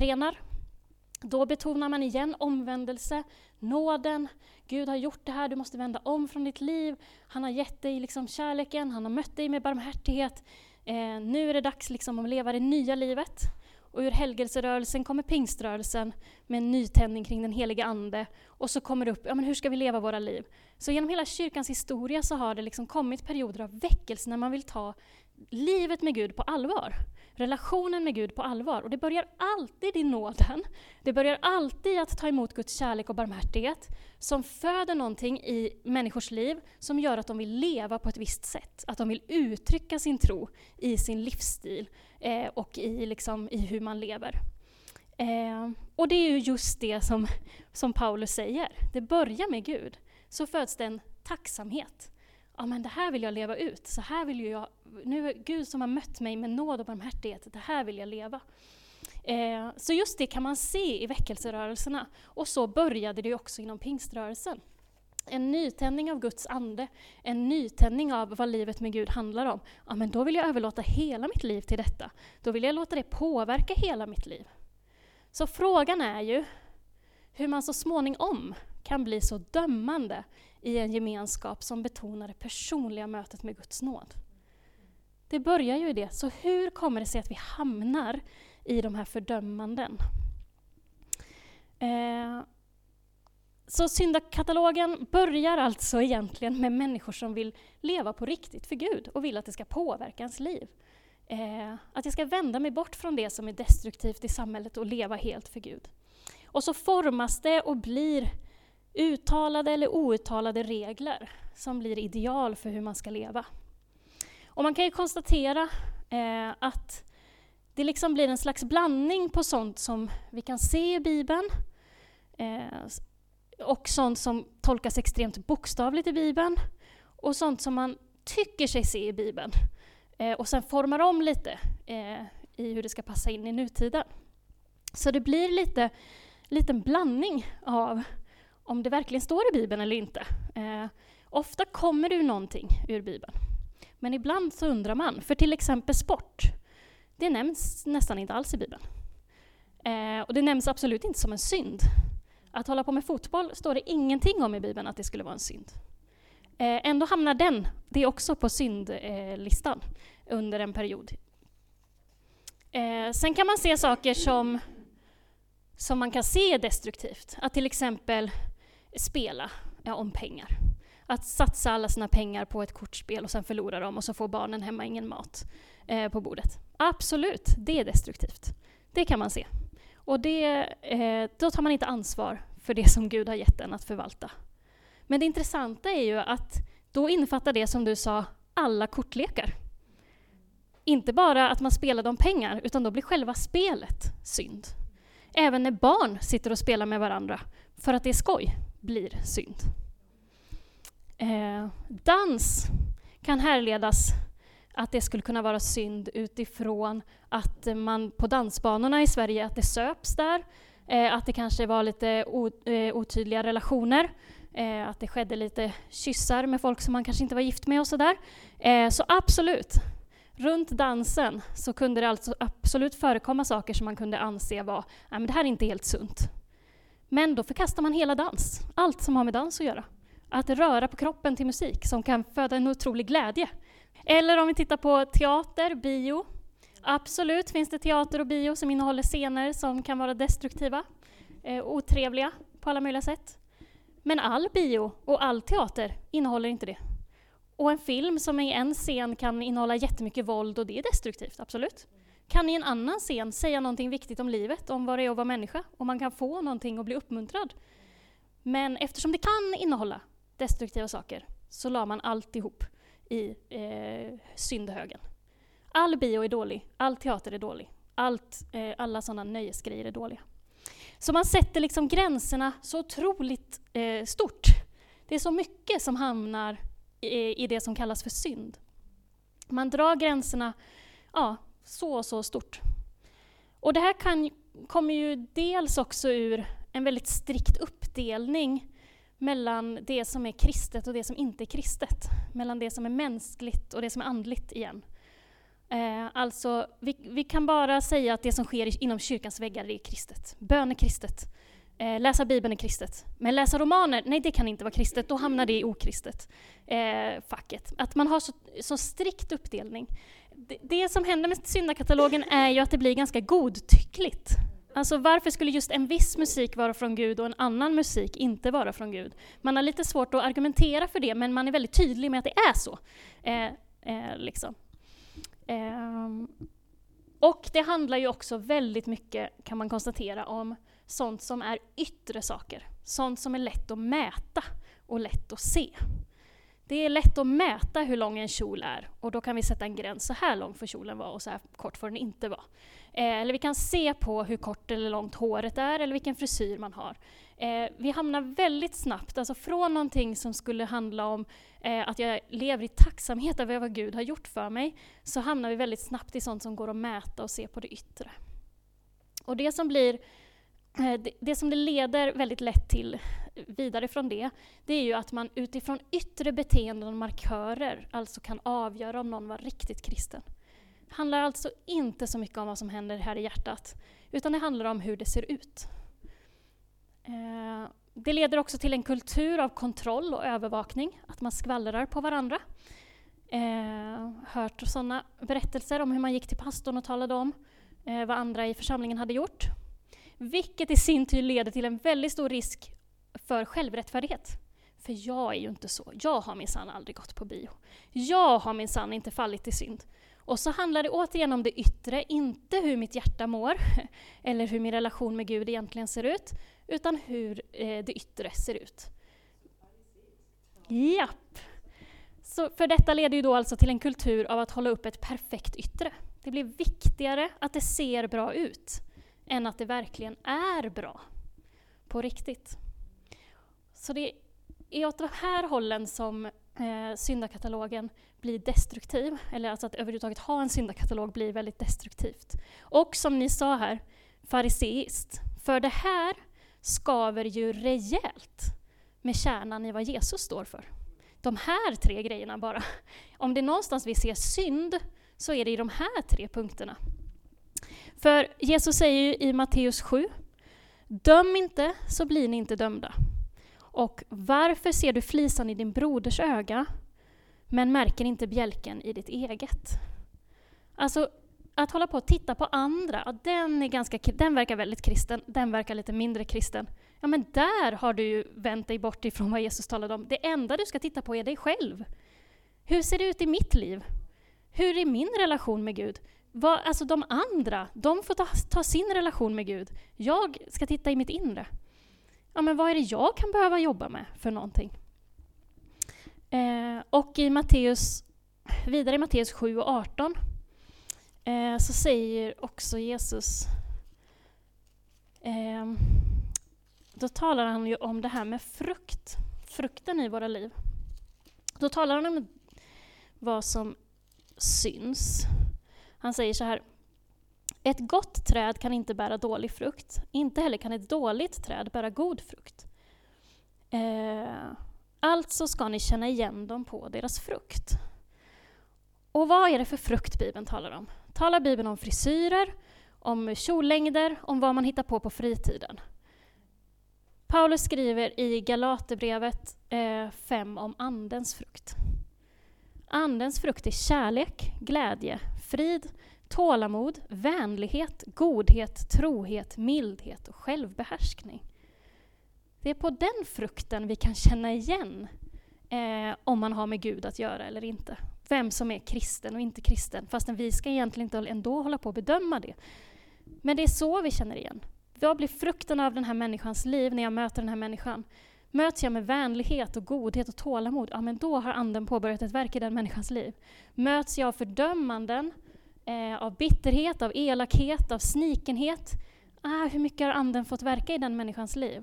Då betonar man igen omvändelse, nåden. Gud har gjort det här, du måste vända om från ditt liv. Han har gett dig liksom kärleken, han har mött dig med barmhärtighet. Nu är det dags liksom att leva det nya livet. Och ur helgelserörelsen kommer pingströrelsen med en nytändning kring den heliga ande. Och så kommer det upp, men hur ska vi leva våra liv? Så genom hela kyrkans historia så har det liksom kommit perioder av väckelse när man vill ta livet med Gud på allvar. Relationen med Gud på allvar. Och det börjar alltid i nåden. Det börjar alltid att ta emot Guds kärlek och barmhärtighet som föder någonting i människors liv som gör att de vill leva på ett visst sätt. Att de vill uttrycka sin tro i sin livsstil och i hur man lever. Och det är ju just det som Paulus säger. Det börjar med Gud. Så föds det en tacksamhet. Ja, men det här vill jag leva ut. Så här vill jag, nu är Gud som har mött mig med nåd och barmhärtighet. Det här vill jag leva. Så just det kan man se i väckelserörelserna. Och så började det också inom pingströrelsen. En nytändning av Guds ande. En nytändning av vad livet med Gud handlar om. Ja, men då vill jag överlåta hela mitt liv till detta. Då vill jag låta det påverka hela mitt liv. Så frågan är ju hur man så småningom kan bli så dömande i en gemenskap som betonar det personliga mötet med Guds nåd. Det börjar ju i det. Så hur kommer det sig att vi hamnar i de här fördömanden? Så syndakatalogen börjar alltså egentligen med människor som vill leva på riktigt för Gud och vill att det ska påverka ens liv. Att jag ska vända mig bort från det som är destruktivt i samhället och leva helt för Gud. Och så formas det och blir uttalade eller outtalade regler som blir ideal för hur man ska leva. Och man kan ju konstatera att det liksom blir en slags blandning på sånt som vi kan se i Bibeln och sånt som tolkas extremt bokstavligt i Bibeln och sånt som man tycker sig se i Bibeln och sen formar om lite i hur det ska passa in i nutiden. Så det blir lite en blandning av om det verkligen står i Bibeln eller inte. Ofta kommer det ju någonting ur Bibeln. Men ibland så undrar man, för till exempel sport, det nämns nästan inte alls i Bibeln. Och det nämns absolut inte som en synd. Att hålla på med fotboll står det ingenting om i Bibeln att det skulle vara en synd. Ändå hamnar det är också på syndlistan under en period. Sen kan man se saker som man kan se är destruktivt. Att till exempel spela om pengar. Att satsa alla sina pengar på ett kortspel och sen förlora dem och så får barnen hemma ingen mat på bordet. Absolut, det är destruktivt. Det kan man se. Och då tar man inte ansvar för det som Gud har gett en att förvalta. Men det intressanta är ju att då innefattar det, som du sa, alla kortlekar. Inte bara att man spelar om pengar, utan då blir själva spelet synd. Även när barn sitter och spelar med varandra för att det är skoj blir synd. Dans kan härledas att det skulle kunna vara synd utifrån att man på dansbanorna i Sverige, att det söps där, att det kanske var lite otydliga relationer, att det skedde lite kyssar med folk som man kanske inte var gift med och sådär. Så absolut, runt dansen så kunde det alltså absolut förekomma saker som man kunde anse var, nej men det här är inte helt sunt. Men då förkastar man hela dans, allt som har med dans att göra. Att röra på kroppen till musik som kan föda en otrolig glädje. Eller om vi tittar på teater, bio. Absolut finns det teater och bio som innehåller scener som kan vara destruktiva, otrevliga på alla möjliga sätt. Men all bio och all teater innehåller inte det. Och en film som i en scen kan innehålla jättemycket våld och det är destruktivt, absolut. Kan i en annan scen säga någonting viktigt om livet, om vad det är att vara människa, och man kan få någonting och bli uppmuntrad. Men eftersom det kan innehålla destruktiva saker så la man alltihop i syndhögen. All bio är dålig, all teater är dålig, alla sådana nöjesgrejer är dåliga. Så man sätter liksom gränserna så otroligt stort. Det är så mycket som hamnar i det som kallas för synd. Man drar gränserna så stort. Och det här kommer ju dels också ur en väldigt strikt uppdelning mellan det som är kristet och det som inte är kristet. Mellan det som är mänskligt och det som är andligt igen. Alltså, vi kan bara säga att det som sker inom kyrkans väggar är kristet. Bön är kristet. Läsa Bibeln är kristet. Men läsa romaner, nej det kan inte vara kristet. Då hamnar det i okristet facket. Att man har så strikt uppdelning. Det som händer med syndakatalogen är ju att det blir ganska godtyckligt. Alltså varför skulle just en viss musik vara från Gud och en annan musik inte vara från Gud? Man har lite svårt att argumentera för det, men man är väldigt tydlig med att det är så. Liksom. Och det handlar ju också väldigt mycket, kan man konstatera, om sånt som är yttre saker. Sånt som är lätt att mäta och lätt att se. Det är lätt att mäta hur lång en kjol är, och då kan vi sätta en gräns. Så här lång får kjolen vara och så här kort får den inte vara. Eller vi kan se på hur kort eller långt håret är eller vilken frisyr man har. Vi hamnar väldigt snabbt, alltså från någonting som skulle handla om att jag lever i tacksamhet över vad Gud har gjort för mig, så hamnar vi väldigt snabbt i sånt som går att mäta och se på det yttre. Och det som det leder väldigt lätt till vidare från det är ju att man utifrån yttre beteenden och markörer alltså kan avgöra om någon var riktigt kristen. Det handlar alltså inte så mycket om vad som händer här i hjärtat, utan det handlar om hur det ser ut. Det leder också till en kultur av kontroll och övervakning, att man skvallrar på varandra. Hört sådana berättelser om hur man gick till pastorn och talade om vad andra i församlingen hade gjort. Vilket i sin tur leder till en väldigt stor risk för självrättfärdighet. För jag är ju inte så. Jag har minsann aldrig gått på bio. Jag har minsann inte fallit i synd. Och så handlar det återigen om det yttre, inte hur mitt hjärta mår eller hur min relation med Gud egentligen ser ut, utan hur det yttre ser ut. Japp. Så för detta leder ju då alltså till en kultur av att hålla upp ett perfekt yttre. Det blir viktigare att det ser bra ut än att det verkligen är bra på riktigt. Så det är åt de här hållen som syndakatalogen blir destruktiv, eller alltså att överhuvudtaget ha en syndakatalog blir väldigt destruktivt. Och som ni sa här, fariseiskt. För det här skaver ju rejält med kärnan i vad Jesus står för. De här 3 grejerna bara. Om det är någonstans vi ser synd så är det i de här 3 punkterna. För Jesus säger ju i Matteus 7, döm inte så blir ni inte dömda. Och varför ser du flisan i din broders öga men märker inte bjälken i ditt eget? Alltså att hålla på och titta på andra, den verkar väldigt kristen, den verkar lite mindre kristen. Ja, men där har du ju vänt dig bort ifrån vad Jesus talade om. Det enda du ska titta på är dig själv. Hur ser det ut i mitt liv? Hur är min relation med Gud? Alltså de andra, de får ta sin relation med Gud. Jag ska titta i mitt inre. Ja, men vad är det jag kan behöva jobba med för någonting? Och vidare i Matteus 7 och 18 så säger också Jesus, då talar han ju om det här med frukten i våra liv. Då talar han om vad som syns. Han säger så här: ett gott träd kan inte bära dålig frukt, inte heller kan ett dåligt träd bära god frukt. Alltså ska ni känna igen dem på deras frukt. Och vad är det för frukt Bibeln talar om? Talar Bibeln om frisyrer, om kjollängder, om vad man hittar på fritiden? Paulus skriver i Galaterbrevet 5 om andens frukt. Andens frukt är kärlek, glädje, frid, tålamod, vänlighet, godhet, trohet, mildhet och självbehärskning. Det är på den frukten vi kan känna igen om man har med Gud att göra eller inte. Vem som är kristen och inte kristen, fastän vi ska egentligen inte ändå hålla på att bedöma det. Men det är så vi känner igen. Vad blir frukten av den här människans liv när jag möter den här människan? Möts jag med vänlighet och godhet och tålamod, ja men då har anden påbörjat ett verk i den människans liv. Möts jag av fördömanden, av bitterhet, av elakhet, av snikenhet, hur mycket har anden fått verka i den människans liv?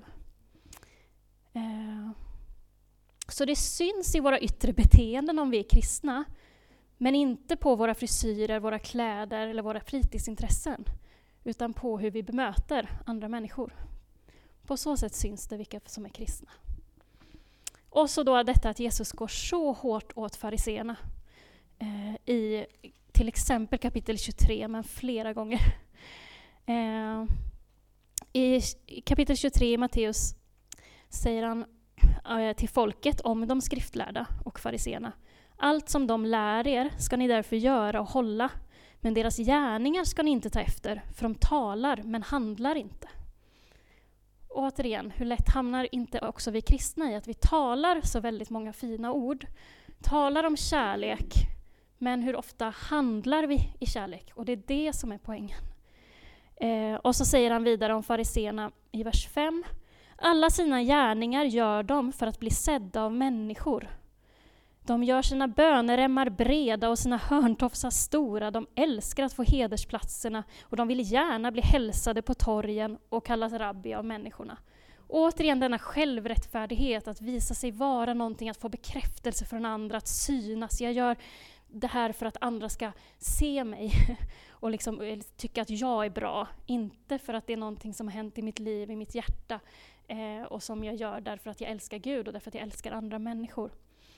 Så det syns i våra yttre beteenden om vi är kristna, men inte på våra frisyrer, våra kläder eller våra fritidsintressen, utan på hur vi bemöter andra människor. På så sätt syns det vilka som är kristna. Och så då detta att Jesus går så hårt åt fariseerna i till exempel kapitel 23, men flera gånger. I kapitel 23 i Matteus säger han till folket om de skriftlärda och fariseerna: allt som de lär er ska ni därför göra och hålla, men deras gärningar ska ni inte ta efter, för de talar men handlar inte. Och återigen, hur lätt hamnar inte också vi kristna i att vi talar så väldigt många fina ord, talar om kärlek, men hur ofta handlar vi i kärlek? Och det är det som är poängen. Och så säger han vidare om fariseerna i vers 5: alla sina gärningar gör de för att bli sedda av människor. De gör sina böneremmar breda och sina hörntofsar stora. De älskar att få hedersplatserna och de vill gärna bli hälsade på torgen och kallas rabbi av människorna. Och återigen denna självrättfärdighet, att visa sig vara någonting, att få bekräftelse från andra, att synas. Jag gör det här för att andra ska se mig och liksom tycka att jag är bra. Inte för att det är någonting som har hänt i mitt liv, i mitt hjärta, och som jag gör därför att jag älskar Gud och därför att jag älskar andra människor.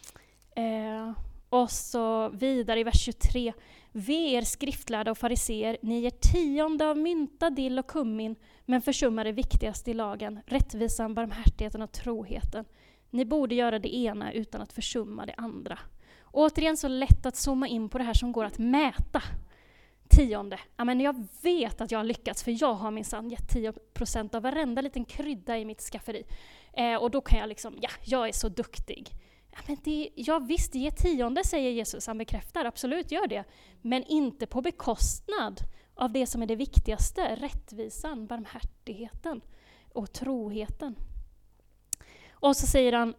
Och så vidare i vers 23: ve er skriftlärda och fariseer, ni ger 10 av mynta, dill och kummin, men försummar det viktigaste i lagen, rättvisan, barmhärtigheten och troheten. Ni borde göra det ena utan att försumma det andra. Återigen så lätt att zooma in på det här som går att mäta. 10. Ja, men jag vet att jag har lyckats, för jag har minsann gett 10% av varenda liten krydda i mitt skafferi. Och då kan jag liksom, jag är så duktig. Ja, men visst, ge 10, säger Jesus, han bekräftar, absolut gör det. Men inte på bekostnad av det som är det viktigaste, rättvisan, barmhärtigheten och troheten. Och så säger han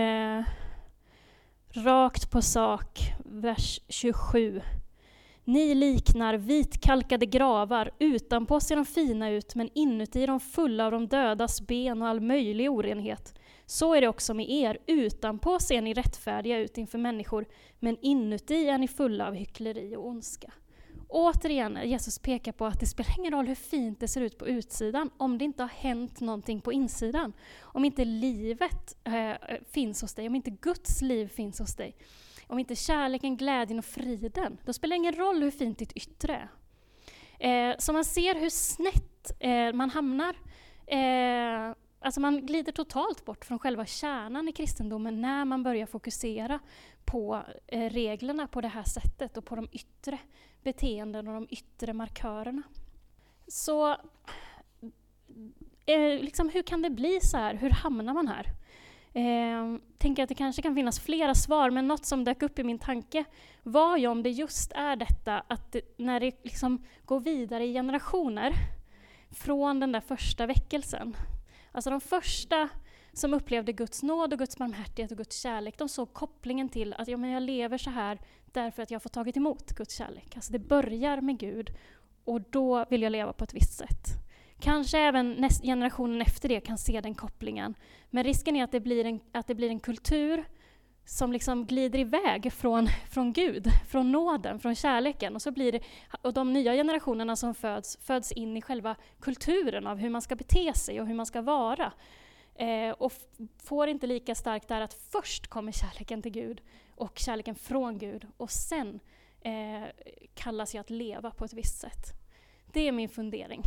rakt på sak, vers 27. Ni liknar vitkalkade gravar, utanpå ser de fina ut, men inuti är de fulla av de dödas ben och all möjlig orenhet. Så är det också med er, utanpå ser ni rättfärdiga ut inför människor, men inuti är ni fulla av hyckleri och ondska. Återigen, Jesus pekar på att det spelar ingen roll hur fint det ser ut på utsidan, om det inte har hänt någonting på insidan. Om inte livet finns hos dig, om inte Guds liv finns hos dig. Om inte kärleken, glädjen och friden, då spelar det ingen roll hur fint ditt yttre är. Så man ser hur snett man hamnar. Alltså man glider totalt bort från själva kärnan i kristendomen när man börjar fokusera på reglerna på det här sättet och på de yttre beteenden och de yttre markörerna. Så liksom, hur kan det bli så här? Hur hamnar man här? Tänker att det kanske kan finnas flera svar, men något som dök upp i min tanke var ju om det just är detta att när det liksom går vidare i generationer från den där första väckelsen. Alltså de första som upplevde Guds nåd och Guds barmhärtighet och Guds kärlek, de såg kopplingen till att men jag lever så här därför att jag får tagit emot Guds kärlek. Alltså det börjar med Gud och då vill jag leva på ett visst sätt. Kanske även generationen efter det kan se den kopplingen. Men risken är att det blir en kultur som liksom glider iväg från Gud, från nåden, från kärleken. Och de nya generationerna som föds in i själva kulturen av hur man ska bete sig och hur man ska vara. Och får inte lika starkt där att först kommer kärleken till Gud och kärleken från Gud. Och sen kallas jag att leva på ett visst sätt. Det är min fundering.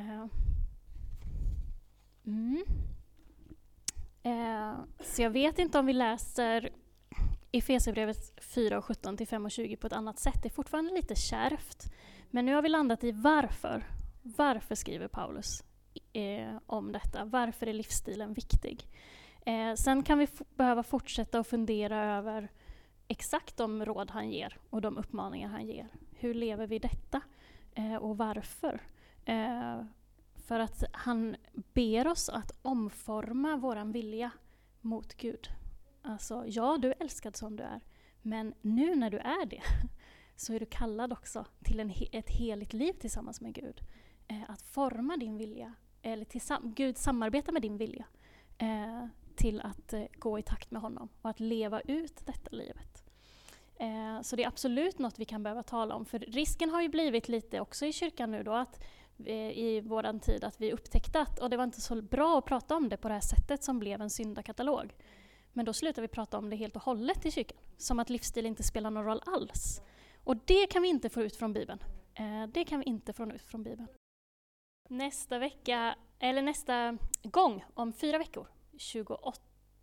Så jag vet inte om vi läser Efesierbrevet 4:17 till 5:20 på ett annat sätt. Det är fortfarande lite kärvt. Men nu har vi landat i varför. Varför skriver Paulus om detta? Varför är livsstilen viktig? Sen kan vi behöva fortsätta att fundera över exakt de råd han ger och de uppmaningar han ger. Hur lever vi detta? Och varför? För att han ber oss att omforma våran vilja mot Gud. Alltså, ja, du är älskad som du är. Men nu när du är det så är du kallad också till ett heligt liv tillsammans med Gud. Att forma din vilja, eller Gud samarbetar med din vilja till att gå i takt med honom och att leva ut detta livet. Så det är absolut något vi kan behöva tala om. För risken har ju blivit lite också i kyrkan nu då att i våran tid att vi upptäckte att, och det var inte så bra att prata om det på det här sättet som blev en syndakatalog. Men då slutar vi prata om det helt och hållet i kyrkan. Som att livsstil inte spelar någon roll alls. Och det kan vi inte få ut från Bibeln. Det kan vi inte få ut från Bibeln. Nästa vecka, eller nästa gång om 4 veckor, 28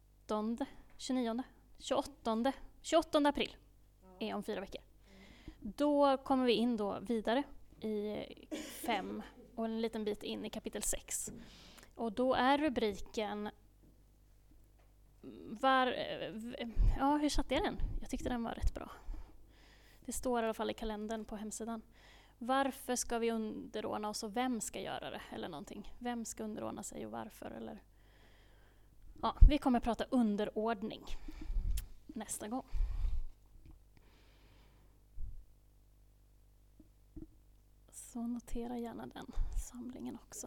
april är om 4 veckor. Då kommer vi in då vidare i 5 och en liten bit in i kapitel 6. Och då är rubriken hur satte jag den? Jag tyckte den var rätt bra. Det står i alla fall i kalendern på hemsidan. Varför ska vi underordna oss och vem ska göra det? Eller någonting. Vem ska underordna sig och varför? Eller vi kommer att prata underordning nästa gång. Så notera gärna den samlingen också.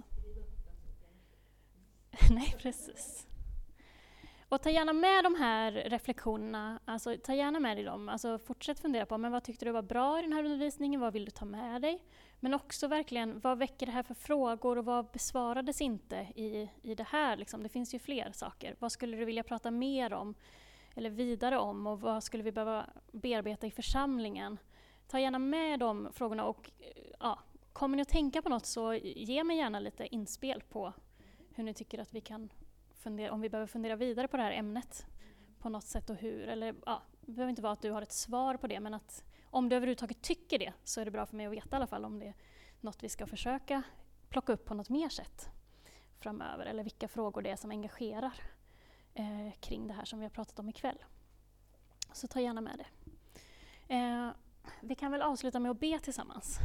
Nej, precis. Och ta gärna med de här reflektionerna, alltså ta gärna med dig dem. Alltså fortsätt fundera på, men vad tyckte du var bra i den här undervisningen? Vad vill du ta med dig? Men också verkligen, vad väcker det här för frågor och vad besvarades inte i det här? Liksom? Det finns ju fler saker. Vad skulle du vilja prata mer om eller vidare om? Och vad skulle vi behöva bearbeta i församlingen? Ta gärna med de frågorna och kommer ni att tänka på något så ge mig gärna lite inspel på hur ni tycker att vi kan fundera, om vi behöver fundera vidare på det här ämnet på något sätt och hur. Eller det behöver inte vara att du har ett svar på det, men att om du överhuvudtaget tycker det så är det bra för mig att veta i alla fall om det är något vi ska försöka plocka upp på något mer sätt framöver. Eller vilka frågor det är som engagerar kring det här som vi har pratat om ikväll. Så ta gärna med det. Vi kan väl avsluta med att be tillsammans.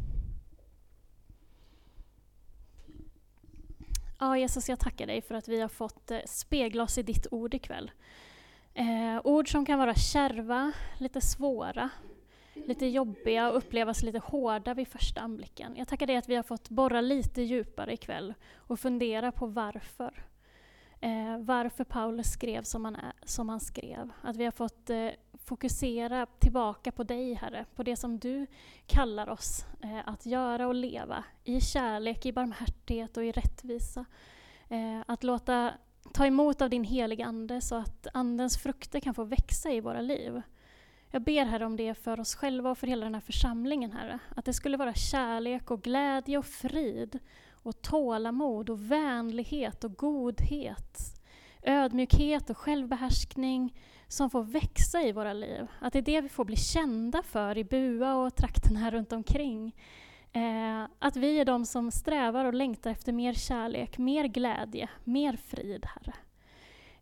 Ja, Jesus, jag tackar dig för att vi har fått spegla oss i ditt ord ikväll. Ord som kan vara kärva, lite svåra, lite jobbiga och upplevas lite hårda vid första anblicken. Jag tackar dig att vi har fått borra lite djupare ikväll och fundera på varför. Varför Paulus skrev som han skrev. Att vi har fått fokusera tillbaka på dig, Herre. På det som du kallar oss att göra och leva. I kärlek, i barmhärtighet och i rättvisa. Att ta emot av din heliga ande så att andens frukter kan få växa i våra liv. Jag ber, Herre, om det för oss själva och för hela den här församlingen, Herre. Att det skulle vara kärlek och glädje och frid och tålamod och vänlighet och godhet. Ödmjukhet och självbehärskning som får växa i våra liv. Att det är det vi får bli kända för i Bua och trakten här runt omkring. Att vi är de som strävar och längtar efter mer kärlek, mer glädje, mer frid, Herre.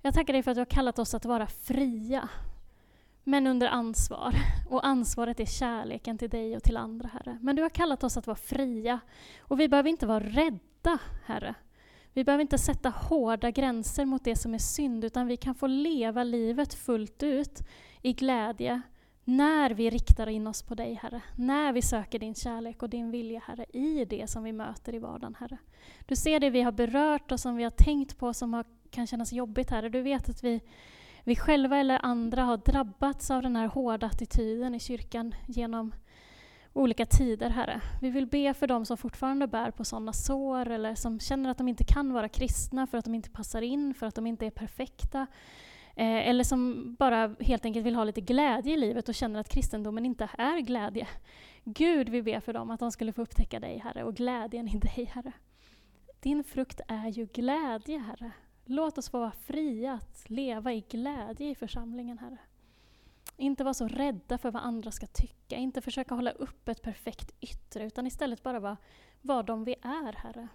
Jag tackar dig för att du har kallat oss att vara fria, men under ansvar. Och ansvaret är kärleken till dig och till andra, Herre. Men du har kallat oss att vara fria. Och vi behöver inte vara rädda, Herre. Vi behöver inte sätta hårda gränser mot det som är synd, utan vi kan få leva livet fullt ut i glädje när vi riktar in oss på dig, Herre. När vi söker din kärlek och din vilja, Herre, i det som vi möter i vardagen, Herre. Du ser det vi har berört och som vi har tänkt på som kan kännas jobbigt, Herre. Du vet att vi själva eller andra har drabbats av den här hårda attityden i kyrkan genom olika tider, Herre. Vi vill be för dem som fortfarande bär på sådana sår eller som känner att de inte kan vara kristna för att de inte passar in, för att de inte är perfekta. Eller som bara helt enkelt vill ha lite glädje i livet och känner att kristendomen inte är glädje. Gud, vi ber för dem att de skulle få upptäcka dig, Herre, och glädjen i dig, Herre. Din frukt är ju glädje, Herre. Låt oss få vara fria att leva i glädje i församlingen, Herre. Inte vara så rädda för vad andra ska tycka. Inte försöka hålla upp ett perfekt yttre, utan istället bara vara de vi är, Herre.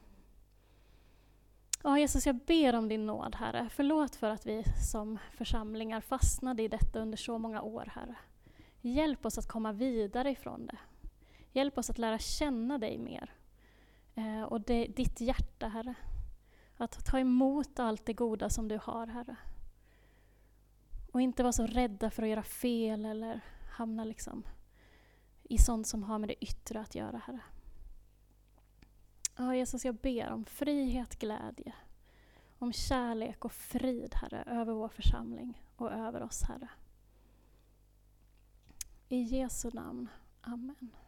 Ja, Jesus, jag ber om din nåd, Herre. Förlåt för att vi som församlingar fastnade i detta under så många år, Herre. Hjälp oss att komma vidare ifrån det. Hjälp oss att lära känna dig mer. Och ditt hjärta, Herre. Att ta emot allt det goda som du har, Herre. Och inte vara så rädda för att göra fel eller hamna liksom i sånt som har med det yttre att göra, Herre. Ja, Jesus, jag ber om frihet, glädje, om kärlek och frid, Herre, över vår församling och över oss, Herre. I Jesu namn. Amen.